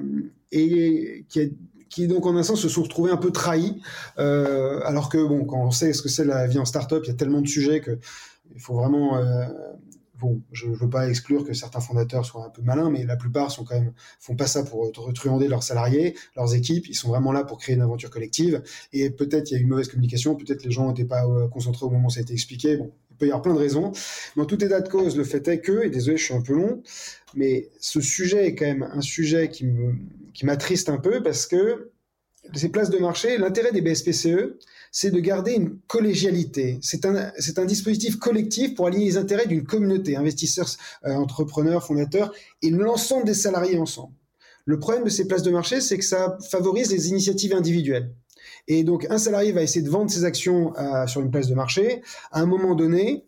et qui, a, qui, donc, en un sens, se sont retrouvés un peu trahis. Euh, alors que, bon, quand on sait ce que c'est la vie en start-up, il y a tellement de sujets que il faut vraiment... Euh, Bon, je ne veux pas exclure que certains fondateurs soient un peu malins, mais la plupart sont quand même, font pas ça pour truander leurs salariés, leurs équipes. Ils sont vraiment là pour créer une aventure collective. Et peut-être il y a eu une mauvaise communication, peut-être les gens n'étaient pas concentrés au moment où ça a été expliqué. Bon, il peut y avoir plein de raisons. Mais en tout état de cause, le fait est que, et désolé, je suis un peu long, mais ce sujet est quand même un sujet qui me, qui m'attriste un peu parce que ces places de marché, l'intérêt des B S P C E, c'est de garder une collégialité. C'est un, c'est un dispositif collectif pour aligner les intérêts d'une communauté, investisseurs, euh, entrepreneurs, fondateurs, et l'ensemble des salariés ensemble. Le problème de ces places de marché, c'est que ça favorise les initiatives individuelles. Et donc, un salarié va essayer de vendre ses actions euh, sur une place de marché. À un moment donné,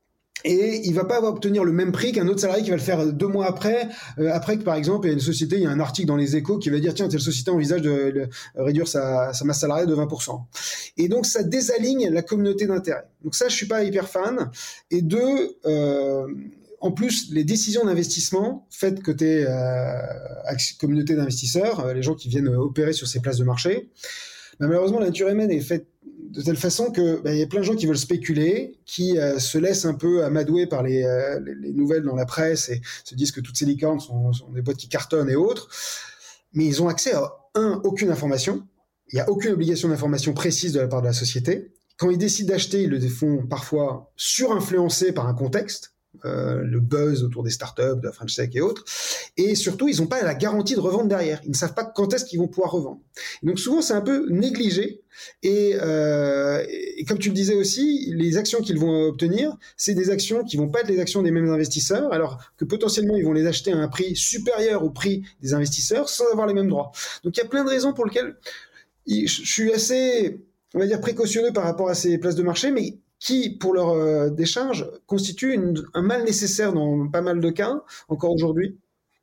et il va pas obtenir le même prix qu'un autre salarié qui va le faire deux mois après, euh, après que par exemple il y a une société, il y a un article dans les Échos qui va dire tiens telle société envisage de, de réduire sa, sa masse salariale de vingt pour cent. Et donc ça désaligne la communauté d'intérêt. Donc ça je suis pas hyper fan. Et deux, euh, en plus les décisions d'investissement faites côté euh, communauté d'investisseurs, euh, les gens qui viennent opérer sur ces places de marché, ben, malheureusement la nature humaine est faite de telle façon que ben, y a plein de gens qui veulent spéculer, qui euh, se laissent un peu amadouer par les, euh, les, les nouvelles dans la presse et se disent que toutes ces licornes sont, sont des boîtes qui cartonnent et autres, mais ils ont accès à, un, aucune information, il n'y a aucune obligation d'information précise de la part de la société. Quand ils décident d'acheter, ils le font parfois surinfluencés par un contexte, Euh, le buzz autour des startups, de la French Tech et autres. Et surtout, ils n'ont pas la garantie de revendre derrière. Ils ne savent pas quand est-ce qu'ils vont pouvoir revendre. Et donc souvent, c'est un peu négligé. Et, euh, et comme tu le disais aussi, les actions qu'ils vont obtenir, c'est des actions qui vont pas être les actions des mêmes investisseurs, alors que potentiellement, ils vont les acheter à un prix supérieur au prix des investisseurs sans avoir les mêmes droits. Donc il y a plein de raisons pour lesquelles je suis assez, on va dire, précautionneux par rapport à ces places de marché, mais qui, pour leur euh, décharge, constitue une, un mal nécessaire dans pas mal de cas, encore aujourd'hui.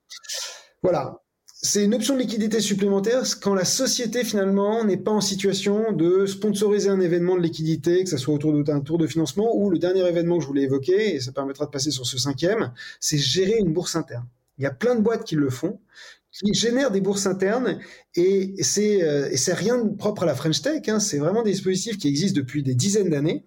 Voilà. C'est une option de liquidité supplémentaire quand la société, finalement, n'est pas en situation de sponsoriser un événement de liquidité, que ce soit autour d'un tour de financement, ou le dernier événement que je voulais évoquer, et ça permettra de passer sur ce cinquième, c'est gérer une bourse interne. Il y a plein de boîtes qui le font, qui génèrent des bourses internes, et c'est, euh, et c'est rien de propre à la French Tech, hein, c'est vraiment des dispositifs qui existent depuis des dizaines d'années.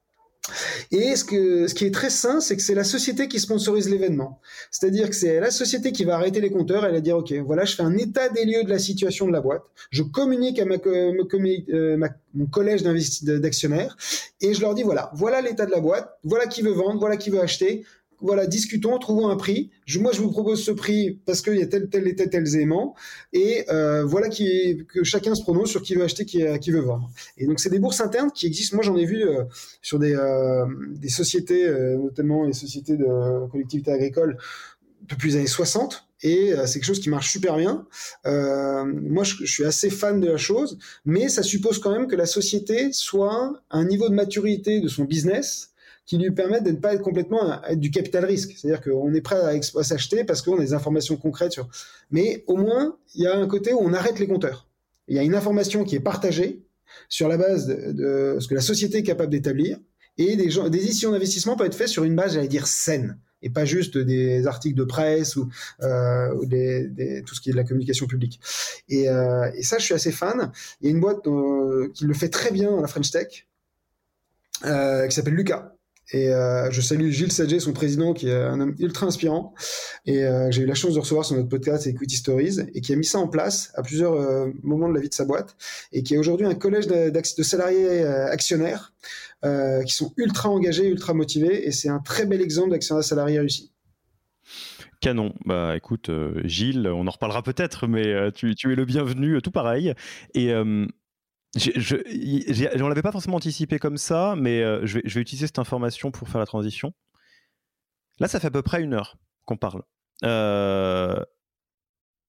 Et ce, que, ce qui est très sain, c'est que c'est la société qui sponsorise l'événement. C'est-à-dire que c'est la société qui va arrêter les compteurs et elle va dire, OK, voilà, je fais un état des lieux de la situation de la boîte, je communique à ma, ma, ma, mon collège d'actionnaires et je leur dis, voilà, voilà l'état de la boîte, voilà qui veut vendre, voilà qui veut acheter, voilà, discutons, trouvons un prix. Je, moi, je vous propose ce prix parce qu'il y a tel, tel et tel, tel élément. Et euh, voilà qui, que chacun se prononce sur qui veut acheter, qui, qui veut vendre. Et donc, c'est des bourses internes qui existent. Moi, j'en ai vu euh, sur des, euh, des sociétés, euh, notamment les sociétés de collectivités agricoles, depuis les années soixante. Et euh, c'est quelque chose qui marche super bien. Euh, moi, je, je suis assez fan de la chose, mais ça suppose quand même que la société soit à un niveau de maturité de son business qui lui permettent de ne pas être complètement à être du capital risque. C'est-à-dire qu'on est prêt à, à s'acheter parce qu'on a des informations concrètes sur... Mais au moins, il y a un côté où on arrête les compteurs. Il y a une information qui est partagée sur la base de, de ce que la société est capable d'établir et des, gens, des décisions d'investissement peuvent être faites sur une base, j'allais dire, saine et pas juste des articles de presse ou, euh, ou des, des, tout ce qui est de la communication publique. Et, euh, et ça, je suis assez fan. Il y a une boîte euh, qui le fait très bien dans la French Tech euh, qui s'appelle Lucas. Et euh, je salue Gilles Sadget, son président, qui est un homme ultra inspirant et euh, j'ai eu la chance de recevoir sur notre podcast Equity Stories et qui a mis ça en place à plusieurs euh, moments de la vie de sa boîte et qui est aujourd'hui un collège de, de salariés euh, actionnaires euh, qui sont ultra engagés, ultra motivés et c'est un très bel exemple d'actionnaire salarié réussi. Canon. Bah écoute, euh, Gilles, on en reparlera peut-être, mais euh, tu, tu es le bienvenu, tout pareil. Et euh, Je, je, je, on l'avait pas forcément anticipé comme ça, mais euh, je, vais, je vais utiliser cette information pour faire la transition. Là, ça fait à peu près une heure qu'on parle. Euh,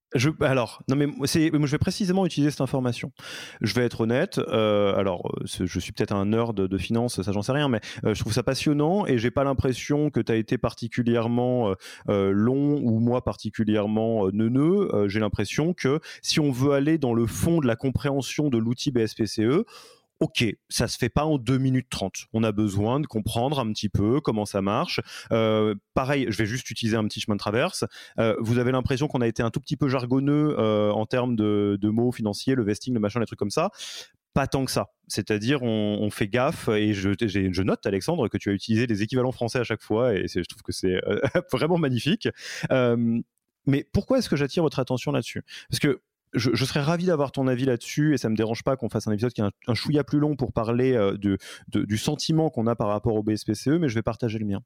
Je, alors, non mais c'est, je vais précisément utiliser cette information. Je vais être honnête. Euh, alors, je suis peut-être un nerd de, de finance, ça j'en sais rien, mais euh, je trouve ça passionnant et j'ai pas l'impression que tu as été particulièrement euh, long ou moi particulièrement euh, neuneux. Euh, j'ai l'impression que si on veut aller dans le fond de la compréhension de l'outil B S P C E, ok, ça se fait pas en deux minutes trente. On a besoin de comprendre un petit peu comment ça marche. Euh, pareil, je vais juste utiliser un petit chemin de traverse. Euh, vous avez l'impression qu'on a été un tout petit peu jargonneux euh, en termes de, de mots financiers, le vesting, le machin, les trucs comme ça. Pas tant que ça. C'est-à-dire, on, on fait gaffe et je, je note, Alexandre, que tu as utilisé des équivalents français à chaque fois et c'est, je trouve que c'est euh, vraiment magnifique. Euh, mais pourquoi est-ce que j'attire votre attention là-dessus ? Parce que Je, je serais ravi d'avoir ton avis là-dessus et ça me dérange pas qu'on fasse un épisode qui est un, un chouïa plus long pour parler euh, de, de, du sentiment qu'on a par rapport au B S P C E, mais je vais partager le mien.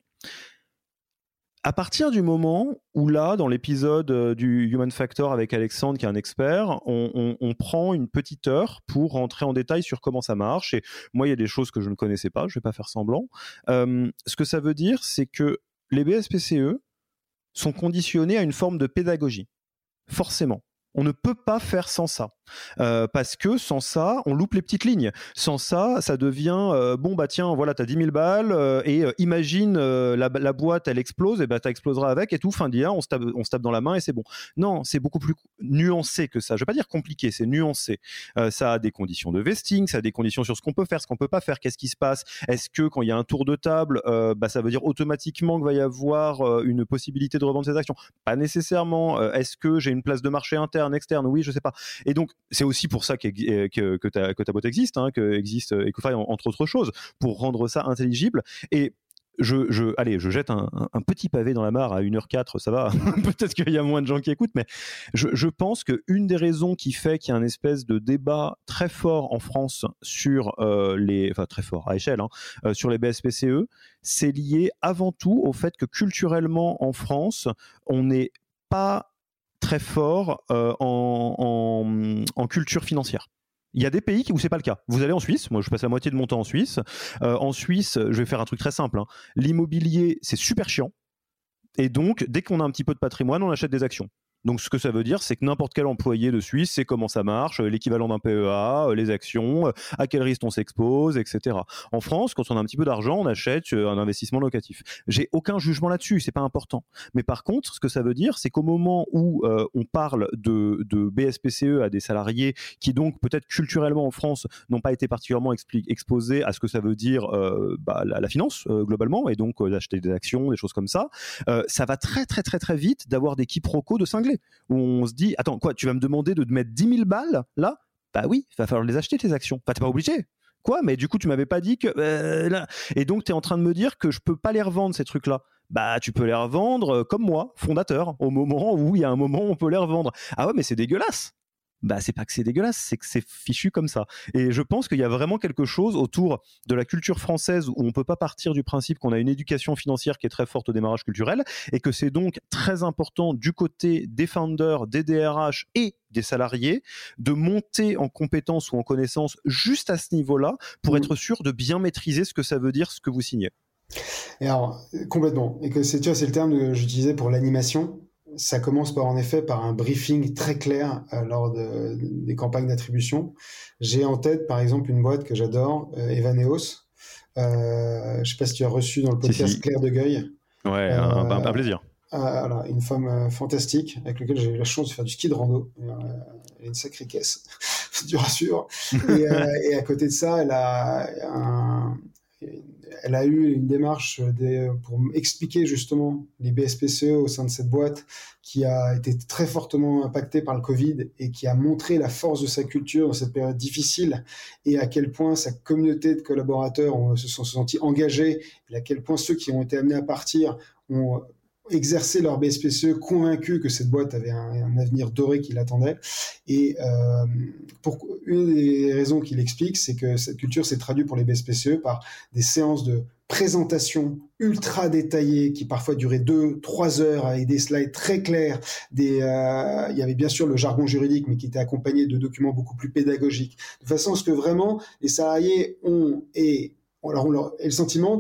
À partir du moment où là, dans l'épisode euh, du Human Factor avec Alexandre, qui est un expert, on, on, on prend une petite heure pour rentrer en détail sur comment ça marche. Et moi, il y a des choses que je ne connaissais pas, je ne vais pas faire semblant. Euh, ce que ça veut dire, c'est que les B S P C E sont conditionnés à une forme de pédagogie, forcément. On ne peut pas faire sans ça. Euh, parce que sans ça, on loupe les petites lignes. Sans ça, ça devient euh, bon, bah tiens, voilà, t'as dix mille balles euh, et euh, imagine euh, la, la boîte, elle explose, et bah t'exploseras avec et tout, fin d'hier, on se tape, on se tape dans la main et c'est bon. Non, c'est beaucoup plus nuancé que ça. Je vais pas dire compliqué, c'est nuancé. Euh, ça a des conditions de vesting, ça a des conditions sur ce qu'on peut faire, ce qu'on peut pas faire, qu'est-ce qui se passe. Est-ce que quand il y a un tour de table, euh, bah ça veut dire automatiquement qu'il va y avoir euh, une possibilité de revendre ses actions ? Pas nécessairement. Euh, est-ce que j'ai une place de marché interne, externe ? Oui, je sais pas. Et donc, c'est aussi pour ça que, que, que, ta, que ta boîte existe, hein, que existe Ecofy, entre autres choses, pour rendre ça intelligible. Et je, je, allez, je jette un, un, un petit pavé dans la mare à une heure quatre, ça va. Peut-être qu'il y a moins de gens qui écoutent, mais je, je pense qu'une des raisons qui fait qu'il y a un espèce de débat très fort en France sur euh, les, enfin très fort à échelle, hein, euh, sur les B S P C E, c'est lié avant tout au fait que culturellement en France, on n'est pas très fort euh, en, en, en culture financière. Il y a des pays où c'est pas le cas. Vous allez en Suisse, moi je passe la moitié de mon temps en Suisse. Euh, en Suisse, je vais faire un truc très simple. Hein. L'immobilier, c'est super chiant. Et donc, dès qu'on a un petit peu de patrimoine, on achète des actions. Donc, ce que ça veut dire, c'est que n'importe quel employé de Suisse sait comment ça marche, l'équivalent d'un P E A, les actions, à quel risque on s'expose, et cetera. En France, quand on a un petit peu d'argent, on achète un investissement locatif. J'ai aucun jugement là-dessus, c'est pas important. Mais par contre, ce que ça veut dire, c'est qu'au moment où euh, on parle de, de B S P C E à des salariés qui donc peut-être culturellement en France n'ont pas été particulièrement expli- exposés à ce que ça veut dire euh, bah, la, la finance euh, globalement, et donc euh, d'acheter des actions, des choses comme ça, euh, ça va très très très très vite d'avoir des quiproquos de cinglés. Où on se dit, attends, quoi, tu vas me demander de te mettre dix mille balles, là ? Bah oui, il va falloir les acheter, tes actions. Enfin, t'es pas obligé. Quoi ? Mais du coup, tu m'avais pas dit que... Euh, là. Et donc, tu es en train de me dire que je peux pas les revendre, ces trucs-là. Bah, tu peux les revendre euh, comme moi, fondateur, au moment où il y a un moment où on peut les revendre. Ah ouais, mais c'est dégueulasse. Bah, c'est pas que c'est dégueulasse, c'est que c'est fichu comme ça. Et je pense qu'il y a vraiment quelque chose autour de la culture française où on peut pas partir du principe qu'on a une éducation financière qui est très forte au démarrage culturel et que c'est donc très important du côté des founders, des D R H et des salariés de monter en compétences ou en connaissances juste à ce niveau-là pour mmh. être sûr de bien maîtriser ce que ça veut dire, ce que vous signez. Et alors, complètement. Et que c'est, tu vois, c'est le terme que j'utilisais pour l'animation. Ça commence par, en effet, par un briefing très clair euh, lors de, des campagnes d'attribution. J'ai en tête, par exemple, une boîte que j'adore, euh, Evaneos. Euh, je ne sais pas si tu as reçu dans le podcast si, si. Claire Degueil. Ouais, euh, un, un, un plaisir. Euh, voilà, une femme euh, fantastique avec laquelle j'ai eu la chance de faire du ski de rando. Euh, elle a une sacrée caisse, je te rassure. Et, euh, et à côté de ça, elle a un... Elle a eu une démarche des, pour expliquer justement les B S P C E au sein de cette boîte qui a été très fortement impactée par le Covid et qui a montré la force de sa culture dans cette période difficile et à quel point sa communauté de collaborateurs ont, se sont sentis engagés et à quel point ceux qui ont été amenés à partir ont exercé leur B S P C E convaincus que cette boîte avait un, un avenir doré qui l'attendait. Et euh, pour, une des raisons qu'il explique, c'est que cette culture s'est traduite pour les B S P C E par des séances de présentation ultra détaillées qui parfois duraient deux, trois heures avec des slides très clairs. Des, euh, il y avait bien sûr le jargon juridique, mais qui était accompagné de documents beaucoup plus pédagogiques. De façon à ce que vraiment les salariés ont et alors on leur, et le sentiment de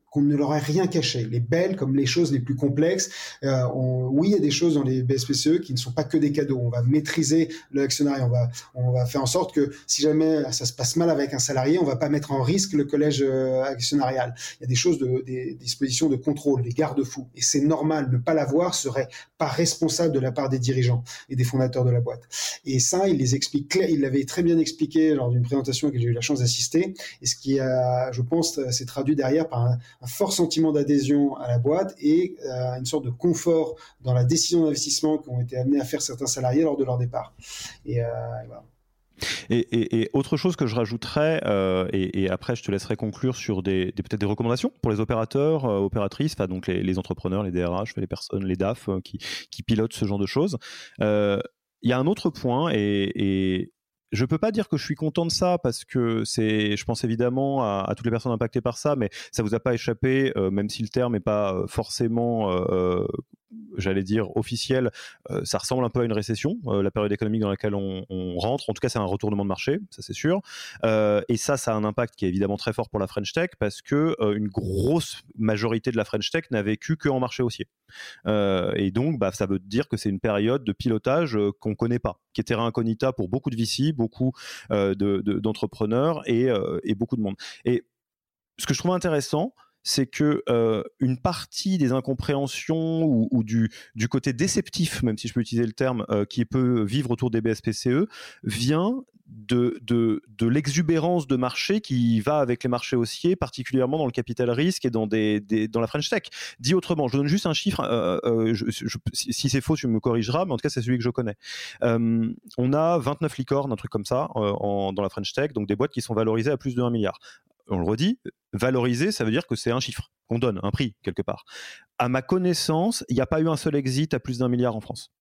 qu'on ne leur ait rien caché, les belles comme les choses les plus complexes. Euh, on, oui, il y a des choses dans les B S P C E qui ne sont pas que des cadeaux. On va maîtriser l'actionnariat, on va, on va faire en sorte que si jamais ça se passe mal avec un salarié, on ne va pas mettre en risque le collège euh, actionnarial. Il y a des choses, de, des, des dispositions de contrôle, des garde-fous. Et c'est normal, ne pas l'avoir serait pas responsable de la part des dirigeants et des fondateurs de la boîte. Et ça, il les explique, il l'avait très bien expliqué lors d'une présentation à laquelle j'ai eu la chance d'assister, et ce qui a, je pense, s'est traduit derrière par un, un fort sentiment d'adhésion à la boîte et euh, une sorte de confort dans la décision d'investissement qu'ont été amenés à faire certains salariés lors de leur départ. Et, euh, et voilà. Et, et, et autre chose que je rajouterais, euh, et, et après je te laisserai conclure sur des, des peut-être des recommandations pour les opérateurs, euh, opératrices, enfin donc les, les entrepreneurs, les D R H, les personnes, les D A F euh, qui, qui pilotent ce genre de choses. Euh, il y a un autre point, et, et je peux pas dire que je suis content de ça parce que c'est, je pense évidemment à, à toutes les personnes impactées par ça, mais ça vous a pas échappé, euh, même si le terme est pas forcément euh, j'allais dire officiel, euh, ça ressemble un peu à une récession, euh, la période économique dans laquelle on, on rentre. En tout cas, c'est un retournement de marché, ça c'est sûr. Euh, et ça, ça a un impact qui est évidemment très fort pour la French Tech parce que euh, une grosse majorité de la French Tech n'a vécu que en marché haussier. Euh, et donc, bah, ça veut dire que c'est une période de pilotage euh, qu'on connaît pas, qui est terra incognita pour beaucoup de V C, beaucoup euh, de, de, d'entrepreneurs et, euh, et beaucoup de monde. Et ce que je trouve intéressant, c'est que euh, une partie des incompréhensions ou, ou du, du côté déceptif, même si je peux utiliser le terme, euh, qui peut vivre autour des B S P C E, vient de, de, de l'exubérance de marché qui va avec les marchés haussiers, particulièrement dans le capital risque et dans, des, des, dans la French Tech. Dit autrement, je donne juste un chiffre, euh, euh, je, je, si c'est faux, tu me corrigeras, mais en tout cas, c'est celui que je connais. Euh, on a vingt-neuf licornes, un truc comme ça, euh, en, dans la French Tech, donc des boîtes qui sont valorisées à plus de un milliard. On le redit, valoriser, ça veut dire que c'est un chiffre, qu'on donne, un prix, quelque part. À ma connaissance, il n'y a pas eu un seul exit à plus d'un milliard en France.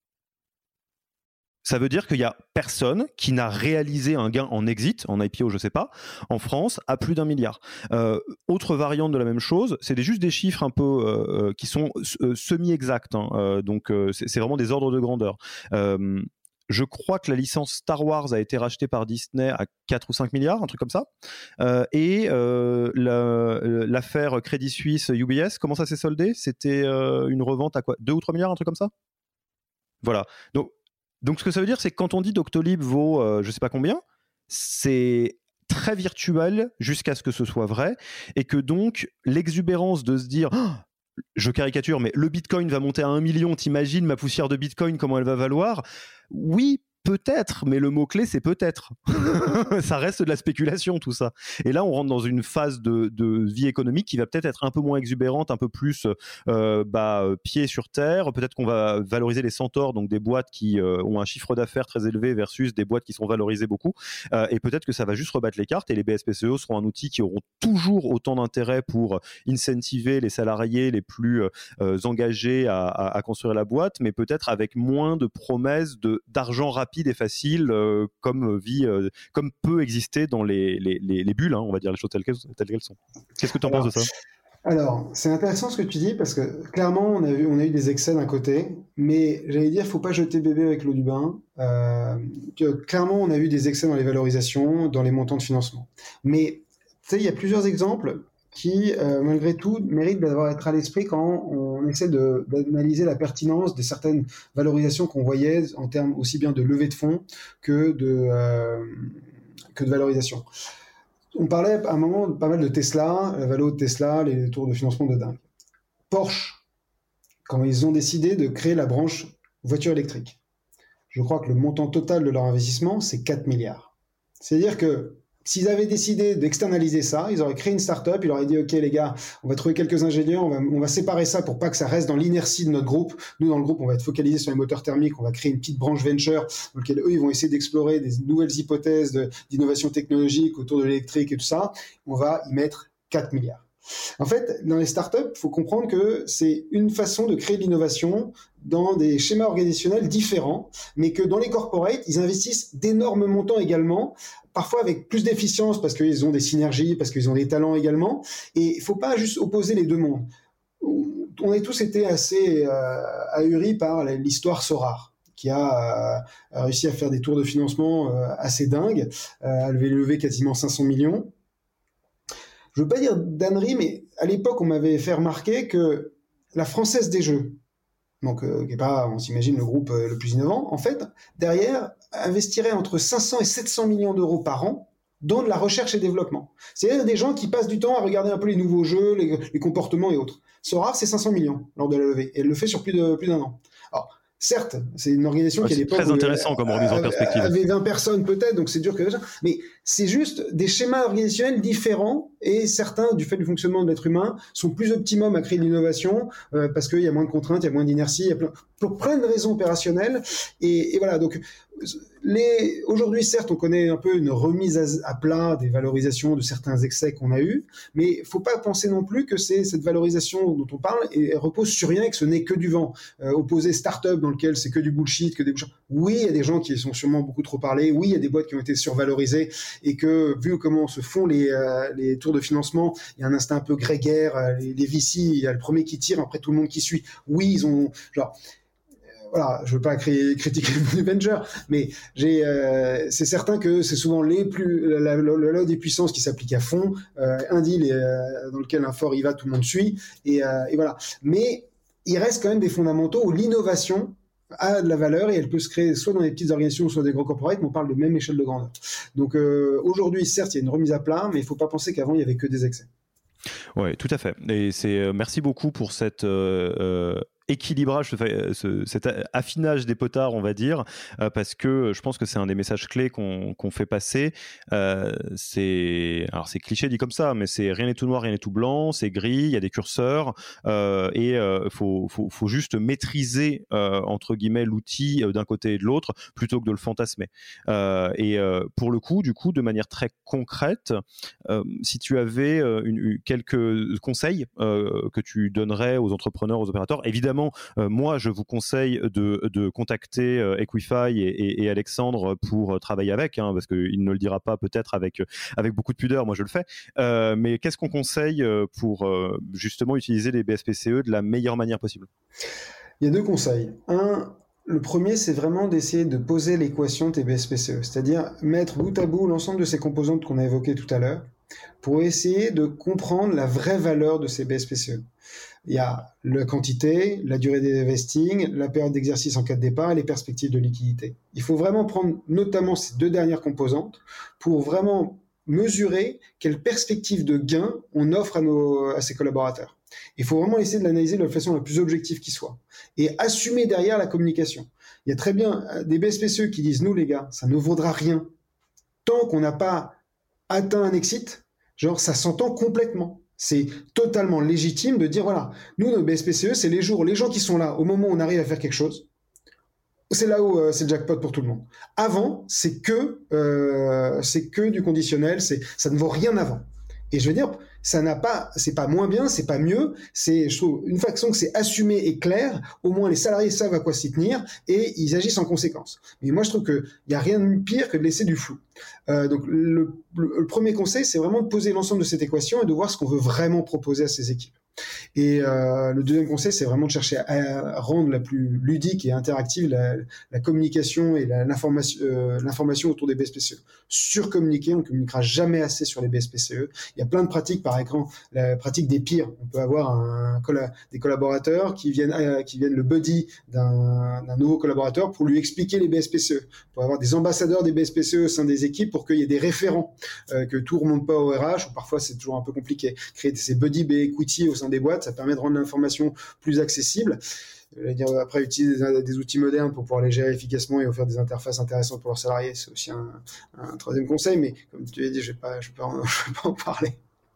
Ça veut dire qu'il n'y a personne qui n'a réalisé un gain en exit, en I P O, je ne sais pas, en France, à plus d'un milliard. Euh, autre variante de la même chose, c'est des, juste des chiffres un peu euh, qui sont euh, semi-exacts. Hein, euh, donc, euh, c'est, c'est vraiment des ordres de grandeur. Euh, Je crois que la licence Star Wars a été rachetée par Disney à quatre ou cinq milliards, un truc comme ça. Euh, et euh, la, l'affaire Crédit Suisse U B S, comment ça s'est soldé ? C'était euh, une revente à quoi ? deux ou trois milliards, un truc comme ça ? Voilà. Donc, donc ce que ça veut dire, c'est que quand on dit Doctolib vaut euh, je ne sais pas combien, c'est très virtuel jusqu'à ce que ce soit vrai. Et que donc, l'exubérance de se dire... Oh, je caricature, mais le Bitcoin va monter à un million, t'imagines ma poussière de Bitcoin, comment elle va valoir ? Oui, peut-être, mais le mot-clé, c'est peut-être. Ça reste de la spéculation, tout ça. Et là, on rentre dans une phase de, de vie économique qui va peut-être être un peu moins exubérante, un peu plus euh, bah, pied sur terre. Peut-être qu'on va valoriser les centaures, donc des boîtes qui euh, ont un chiffre d'affaires très élevé versus des boîtes qui sont valorisées beaucoup. Euh, et peut-être que ça va juste rebattre les cartes et les B S P C E seront un outil qui auront toujours autant d'intérêt pour incentiver les salariés les plus euh, engagés à, à, à construire la boîte, mais peut-être avec moins de promesses de, d'argent rapide et facile euh, comme vie, euh, comme peut exister dans les, les, les, les bulles, hein, on va dire les choses telles qu'elles, telles qu'elles sont. Qu'est-ce que tu en penses de ça ? Alors, c'est intéressant ce que tu dis parce que clairement, on a, eu, on a eu des excès d'un côté, mais j'allais dire, il ne faut pas jeter bébé avec l'eau du bain. Euh, que, clairement, on a eu des excès dans les valorisations, dans les montants de financement. Mais tu sais, il y a plusieurs exemples qui, euh, malgré tout, méritent d'avoir être à l'esprit quand on essaie de, d'analyser la pertinence de certaines valorisations qu'on voyait en termes aussi bien de levée de fonds que de, euh, que de valorisation. On parlait à un moment pas mal de Tesla, la valo de Tesla, les tours de financement de dingue. Porsche, quand ils ont décidé de créer la branche voiture électrique, je crois que le montant total de leur investissement, c'est quatre milliards. C'est-à-dire que s'ils avaient décidé d'externaliser ça, ils auraient créé une start-up, ils auraient dit « Ok les gars, on va trouver quelques ingénieurs, on va, on va séparer ça pour pas que ça reste dans l'inertie de notre groupe. Nous, dans le groupe, on va être focalisé sur les moteurs thermiques, on va créer une petite branche venture dans laquelle eux, ils vont essayer d'explorer des nouvelles hypothèses de, d'innovation technologique autour de l'électrique et tout ça. On va y mettre quatre milliards. » En fait, dans les startups, il faut comprendre que c'est une façon de créer de l'innovation dans des schémas organisationnels différents, mais que dans les corporates, ils investissent d'énormes montants également, parfois avec plus d'efficience parce qu'ils ont des synergies, parce qu'ils ont des talents également. Et il ne faut pas juste opposer les deux mondes. On a tous été assez euh, ahuris par l'histoire Sorare, qui a euh, réussi à faire des tours de financement euh, assez dingues, euh, à lever, lever quasiment cinq cents millions. je veux pas dire d'ânerie, mais à l'époque, on m'avait fait remarquer que la Française des Jeux, donc euh, qui est pas, on s'imagine, le groupe euh, le plus innovant, en fait, derrière, investirait entre cinq cents et sept cents millions d'euros par an dans de la recherche et développement. C'est-à-dire des gens qui passent du temps à regarder un peu les nouveaux jeux, les, les comportements et autres. Sora, c'est cinq cents millions lors de la levée, et elle le fait sur plus de plus d'un an. Alors, certes, c'est une organisation ouais, qui à l'époque très intéressant comme remise en perspective. avait vingt personnes peut-être, donc c'est dur que ça. Mais c'est juste des schémas organisationnels différents, et certains, du fait du fonctionnement de l'être humain, sont plus optimums à créer de l'innovation euh, parce qu'il y a moins de contraintes, il y a moins d'inertie, il y a plein, pour plein de raisons opérationnelles. Et, et voilà, donc les... aujourd'hui, certes, on connaît un peu une remise à, à plat des valorisations de certains excès qu'on a eus, mais il ne faut pas penser non plus que c'est cette valorisation dont on parle et elle repose sur rien et que ce n'est que du vent. Euh, opposé start-up dans lequel c'est que du bullshit, que des bullshit. Oui, il y a des gens qui sont sûrement beaucoup trop parlés. Oui, il y a des boîtes qui ont été survalorisées et que, vu comment se font les, euh, les tours de financement, il y a un instinct un peu grégaire. Euh, les, les V C, il y a le premier qui tire, après tout le monde qui suit. Oui, ils ont genre. Voilà, je veux pas créer, critiquer les Avengers, mais j'ai, euh, c'est certain que c'est souvent les plus, la, la, la loi des puissances qui s'applique à fond, euh, un deal et, euh, dans lequel un fort y va, tout le monde suit, et, euh, et voilà. Mais il reste quand même des fondamentaux où l'innovation a de la valeur et elle peut se créer soit dans des petites organisations, soit dans des grands corporates, mais on parle de même échelle de grandeur. Donc euh, aujourd'hui, certes, il y a une remise à plat, mais il faut pas penser qu'avant il y avait que des excès. Oui, tout à fait. Et c'est euh, merci beaucoup pour cette euh, euh... équilibrage, ce, cet affinage des potards, on va dire, euh, parce que je pense que c'est un des messages clés qu'on qu'on fait passer. Euh, c'est, alors c'est cliché dit comme ça, mais c'est rien n'est tout noir, rien n'est tout blanc, c'est gris, il y a des curseurs, euh, et il euh, faut, faut, faut juste maîtriser, euh, entre guillemets, l'outil euh, d'un côté et de l'autre, plutôt que de le fantasmer. Euh, et euh, pour le coup, du coup, de manière très concrète, euh, si tu avais euh, une, une, quelques conseils euh, que tu donnerais aux entrepreneurs, aux opérateurs, évidemment, Euh, moi, je vous conseille de, de contacter euh, Equify et, et, et Alexandre pour euh, travailler avec, hein, parce qu'il ne le dira pas peut-être avec, avec beaucoup de pudeur, moi je le fais. Euh, mais qu'est-ce qu'on conseille pour euh, justement utiliser les B S P C E de la meilleure manière possible ? Il y a deux conseils. Un, le premier, c'est vraiment d'essayer de poser l'équation T B S P C E, c'est-à-dire mettre bout à bout l'ensemble de ces composantes qu'on a évoquées tout à l'heure pour essayer de comprendre la vraie valeur de ces B S P C E. Il y a la quantité, la durée des vesting, la période d'exercice en cas de départ et les perspectives de liquidité. Il faut vraiment prendre notamment ces deux dernières composantes pour vraiment mesurer quelle perspective de gain on offre à, nos, à ses collaborateurs. Il faut vraiment essayer de l'analyser de la façon la plus objective qui soit et assumer derrière la communication. Il y a très bien des B S P C E qui disent « Nous les gars, ça ne vaudra rien tant qu'on n'a pas atteint un exit, genre ça s'entend complètement. » C'est totalement légitime de dire, voilà, nous, nos B S P C E, c'est les jours, les gens qui sont là, au moment où on arrive à faire quelque chose, c'est là où euh, c'est le jackpot pour tout le monde. Avant, c'est que, euh, c'est que du conditionnel, c'est, ça ne vaut rien avant. Et je veux dire, ça n'a pas, c'est pas moins bien, c'est pas mieux, c'est, je trouve, une façon que c'est assumé et clair, au moins les salariés savent à quoi s'y tenir et ils agissent en conséquence. Mais moi, je trouve qu'il n'y a rien de pire que de laisser du flou. Euh, donc, le, le, le premier conseil, c'est vraiment de poser l'ensemble de cette équation et de voir ce qu'on veut vraiment proposer à ces équipes. Et euh, le deuxième conseil, c'est vraiment de chercher à, à rendre la plus ludique et interactive la, la communication et la, l'information, euh, l'information autour des B S P C E. Surcommuniquer, on ne communiquera jamais assez sur les B S P C E. Il y a plein de pratiques, par exemple, la pratique des peers. On peut avoir un, des collaborateurs qui viennent, euh, qui viennent le buddy d'un, d'un nouveau collaborateur pour lui expliquer les B S P C E. On peut avoir des ambassadeurs des B S P C E au sein des équipes pour qu'il y ait des référents, euh, que tout ne remonte pas au R H, ou parfois c'est toujours un peu compliqué. Créer ces buddy B equity au sein des boîtes, ça permet de rendre l'information plus accessible. Je vais dire, après, utiliser des, des outils modernes pour pouvoir les gérer efficacement et offrir des interfaces intéressantes pour leurs salariés, c'est aussi un, un troisième conseil, mais comme tu l'as dit, je ne vais pas, je vais pas, en, je vais pas en parler.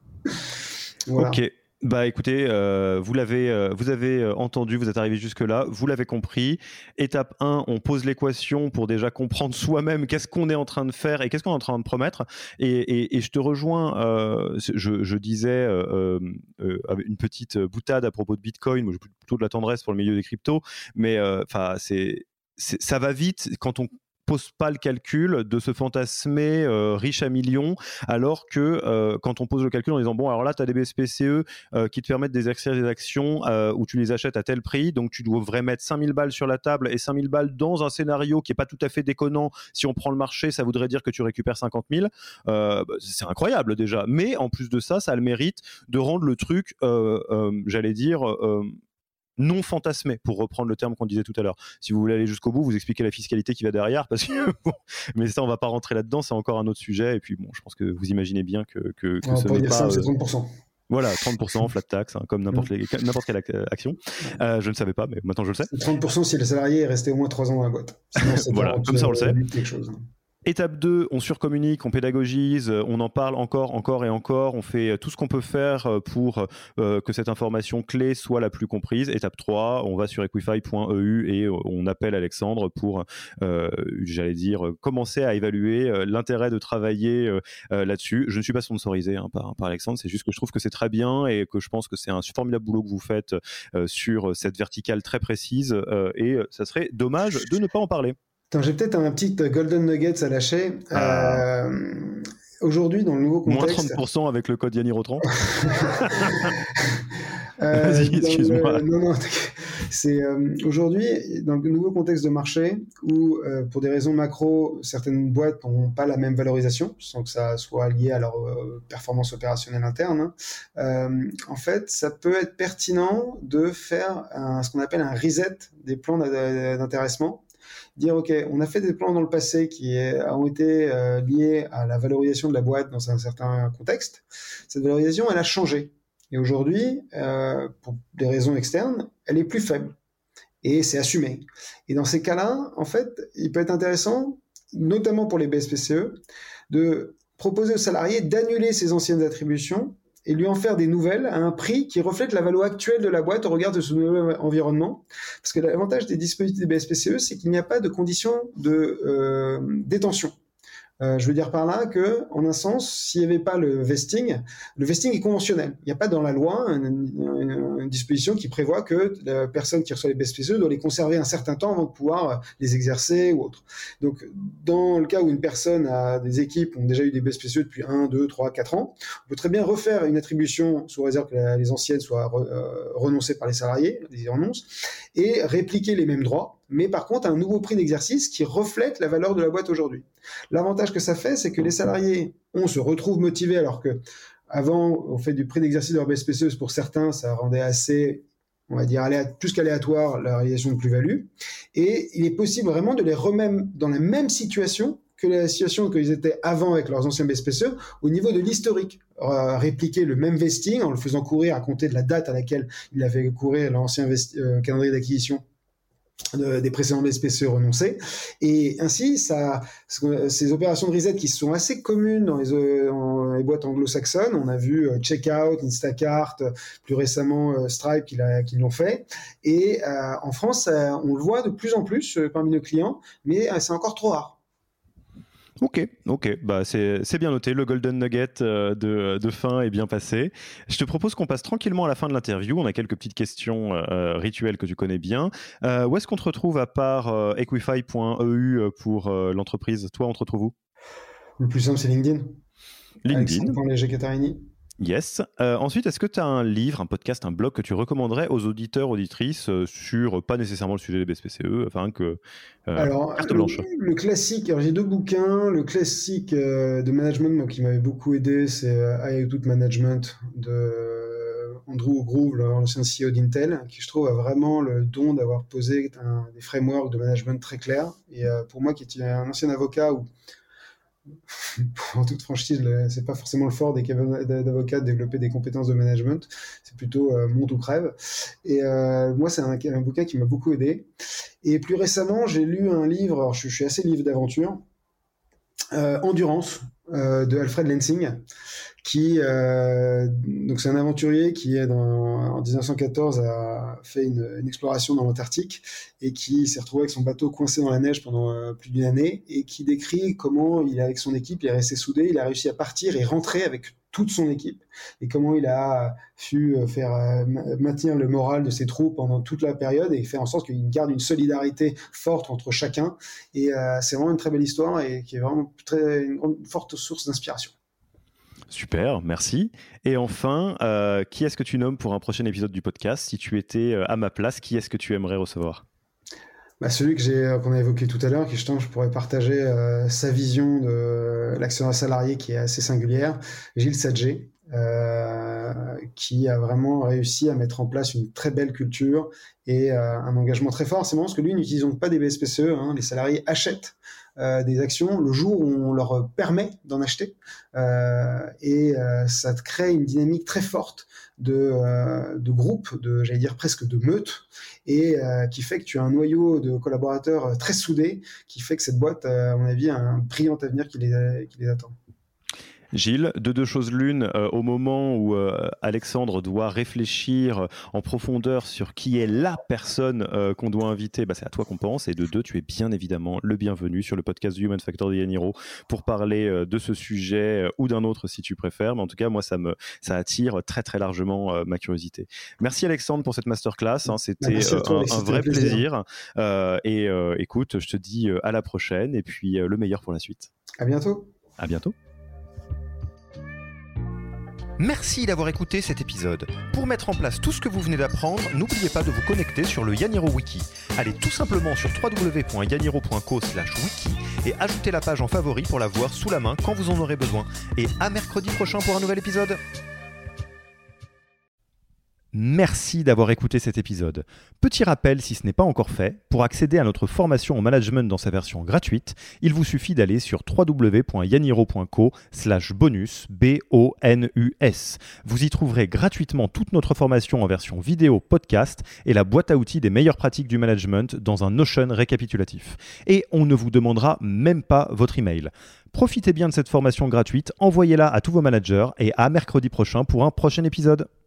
Voilà. Ok. Bah écoutez, euh, vous l'avez, euh, vous avez entendu, vous êtes arrivé jusque-là, vous l'avez compris. Étape un, on pose l'équation pour déjà comprendre soi-même qu'est-ce qu'on est en train de faire et qu'est-ce qu'on est en train de promettre. Et, et, et je te rejoins, euh, je, je disais euh, euh, une petite boutade à propos de Bitcoin, moi j'ai plutôt de la tendresse pour le milieu des cryptos, mais enfin euh, c'est, c'est, ça va vite quand on pose pas le calcul de se fantasmer euh, riche à millions, alors que euh, quand on pose le calcul en disant bon alors là tu as des B S P C E euh, qui te permettent d'exercer des actions euh, où tu les achètes à tel prix, donc tu devrais mettre cinq mille balles sur la table, et cinq mille balles dans un scénario qui est pas tout à fait déconnant, si on prend le marché ça voudrait dire que tu récupères cinquante mille, euh, bah, c'est incroyable déjà, mais en plus de ça ça a le mérite de rendre le truc euh, euh, j'allais dire euh, non fantasmé, pour reprendre le terme qu'on disait tout à l'heure. Si vous voulez aller jusqu'au bout, vous expliquez la fiscalité qui va derrière, parce que bon, mais ça on va pas rentrer là-dedans, c'est encore un autre sujet, et puis bon, je pense que vous imaginez bien que, que, que on ce va pas n'est dire pas... ça, c'est euh, trente pour cent. Voilà, trente pour cent flat tax, hein, comme n'importe, les, n'importe quelle action. Euh, je ne savais pas, mais maintenant je le sais. C'est trente pour cent si le salarié est resté au moins trois ans dans la boîte. Sinon, c'est voilà, comme ça on le sait. Quelque chose. Étape deux, on surcommunique, on pédagogize, on en parle encore, encore et encore, on fait tout ce qu'on peut faire pour euh, que cette information clé soit la plus comprise. Étape trois, on va sur equify point e u et on appelle Alexandre pour, euh, j'allais dire, commencer à évaluer l'intérêt de travailler euh, là-dessus. Je ne suis pas sponsorisé hein, par, par Alexandre, c'est juste que je trouve que c'est très bien et que je pense que c'est un formidable boulot que vous faites euh, sur cette verticale très précise euh, et ça serait dommage de ne pas en parler. J'ai peut-être un petit golden nuggets à lâcher. Ah. Euh, aujourd'hui, dans le nouveau contexte... Moins trente pour cent avec le code Yaniro trente. euh, Vas-y, excuse-moi. Le... Non, non, c'est euh, aujourd'hui, dans le nouveau contexte de marché, où euh, pour des raisons macro, certaines boîtes n'ont pas la même valorisation, sans que ça soit lié à leur euh, performance opérationnelle interne. Hein. Euh, en fait, ça peut être pertinent de faire un, ce qu'on appelle un reset des plans d'intéressement. Dire ok, on a fait des plans dans le passé qui ont été euh, liés à la valorisation de la boîte dans un certain contexte. Cette valorisation, elle a changé. Et aujourd'hui, euh, pour des raisons externes, elle est plus faible. Et c'est assumé. Et dans ces cas-là, en fait, il peut être intéressant, notamment pour les B S P C E, de proposer aux salariés d'annuler ses anciennes attributions et lui en faire des nouvelles à un prix qui reflète la valeur actuelle de la boîte au regard de ce nouvel environnement. Parce que l'avantage des dispositifs B S P C E, c'est qu'il n'y a pas de condition de euh, détention. Euh, je veux dire par là que, en un sens, s'il n'y avait pas le vesting, le vesting est conventionnel. Il n'y a pas dans la loi une, une, une disposition qui prévoit que la personne qui reçoit les B S P C E doit les conserver un certain temps avant de pouvoir les exercer ou autre. Donc, dans le cas où une personne a des équipes ont déjà eu des B S P C E depuis un, deux, trois, quatre ans, on peut très bien refaire une attribution sous réserve que la, les anciennes soient re, euh, renoncées par les salariés, ils y renoncent, et répliquer les mêmes droits, mais par contre un nouveau prix d'exercice qui reflète la valeur de la boîte aujourd'hui. L'avantage que ça fait, c'est que les salariés, on se retrouve motivés, alors que avant, on fait du prix d'exercice de leur B S P C E, pour certains, ça rendait assez, on va dire, aléa, plus qu'aléatoire la réalisation de plus-value, et il est possible vraiment de les remettre dans la même situation que la situation qu'ils étaient avant avec leurs anciens B S P C E au niveau de l'historique. Euh, répliquer le même vesting en le faisant courir à compter de la date à laquelle il avait couru l'ancien vesti- euh, calendrier d'acquisition De, des précédents B S P C E renoncés, et ainsi ça, ces opérations de reset qui sont assez communes dans les, dans les boîtes anglo-saxonnes, on a vu Checkout, Instacart, plus récemment Stripe qui, l'a, qui l'ont fait, et euh, en France on le voit de plus en plus parmi nos clients, mais c'est encore trop rare. Ok, ok, bah c'est, c'est bien noté, le golden nugget euh, de, de fin est bien passé. Je te propose qu'on passe tranquillement à la fin de l'interview, on a quelques petites questions euh, rituelles que tu connais bien. Euh, où est-ce qu'on te retrouve à part euh, equify point e u pour euh, l'entreprise? Toi, on te retrouve où? Le plus simple, c'est LinkedIn. LinkedIn. Alexandre.Léger-Catarini. Yes. Euh, ensuite, est-ce que tu as un livre, un podcast, un blog que tu recommanderais aux auditeurs, auditrices euh, sur, pas nécessairement le sujet des B S P C E, enfin que... Euh, alors, carte blanche. Le, le classique, alors j'ai deux bouquins. Le classique euh, de management, moi, qui m'avait beaucoup aidé, c'est euh, I Output Management de euh, Andrew Groove, l'ancien C E O d'Intel, qui je trouve a vraiment le don d'avoir posé un, des frameworks de management très clairs. Et euh, pour moi, qui est un ancien avocat, où en toute franchise, c'est pas forcément le fort des d'avocats de développer des compétences de management, c'est plutôt euh, monte ou crève. Et euh, moi, c'est un, un bouquin qui m'a beaucoup aidé. Et plus récemment, j'ai lu un livre, alors je, je suis assez livre d'aventure, euh, Endurance, euh, de Alfred Lensing, qui euh, donc c'est un aventurier qui est dans, en dix-neuf cent quatorze a fait une, une exploration dans l'Antarctique et qui s'est retrouvé avec son bateau coincé dans la neige pendant euh, plus d'une année, et qui décrit comment il avec son équipe il est resté soudé, il a réussi à partir et rentrer avec toute son équipe et comment il a su faire euh, maintenir le moral de ses troupes pendant toute la période et faire en sorte qu'il garde une solidarité forte entre chacun. Et euh, c'est vraiment une très belle histoire et qui est vraiment très, une, grande, une forte source d'inspiration. Super, merci. Et enfin, euh, qui est-ce que tu nommes pour un prochain épisode du podcast? Si tu étais à ma place, qui est-ce que tu aimerais recevoir? Bah, celui que j'ai, qu'on a évoqué tout à l'heure, qui je, je pourrais partager euh, sa vision de l'actionnaire salarié qui est assez singulière, Gilles Sadger, euh, qui a vraiment réussi à mettre en place une très belle culture et euh, un engagement très fort. C'est marrant parce que lui, n'utilisons pas des B S P C E, hein, les salariés achètent Euh, des actions le jour où on leur permet d'en acheter euh, et euh, ça te crée une dynamique très forte de, euh, de groupe, de, j'allais dire presque de meute et euh, qui fait que tu as un noyau de collaborateurs très soudés qui fait que cette boîte, à mon avis, a un brillant avenir qui les, qui les attend. Gilles, de deux choses l'une, euh, au moment où euh, Alexandre doit réfléchir en profondeur sur qui est la personne euh, qu'on doit inviter, bah, c'est à toi qu'on pense. Et de deux, tu es bien évidemment le bienvenu sur le podcast du Human Factor de Yaniro pour parler euh, de ce sujet euh, ou d'un autre si tu préfères. Mais en tout cas, moi, ça, me, ça attire très très largement euh, ma curiosité. Merci Alexandre pour cette masterclass. Hein, c'était bah, toi, euh, un, un vrai plaisir. plaisir. Euh, et euh, écoute, je te dis euh, à la prochaine et puis euh, le meilleur pour la suite. À bientôt. À bientôt. Merci d'avoir écouté cet épisode. Pour mettre en place tout ce que vous venez d'apprendre, n'oubliez pas de vous connecter sur le Yaniro Wiki. Allez tout simplement sur w w w point yaniro point co slash wiki et ajoutez la page en favori pour la voir sous la main quand vous en aurez besoin. Et à mercredi prochain pour un nouvel épisode. Merci d'avoir écouté cet épisode. Petit rappel, si ce n'est pas encore fait, pour accéder à notre formation au management dans sa version gratuite, il vous suffit d'aller sur w w w point yaniro point co slash bonus, B O N U S. Vous y trouverez gratuitement toute notre formation en version vidéo podcast et la boîte à outils des meilleures pratiques du management dans un Notion récapitulatif. Et on ne vous demandera même pas votre email. Profitez bien de cette formation gratuite, envoyez-la à tous vos managers et à mercredi prochain pour un prochain épisode.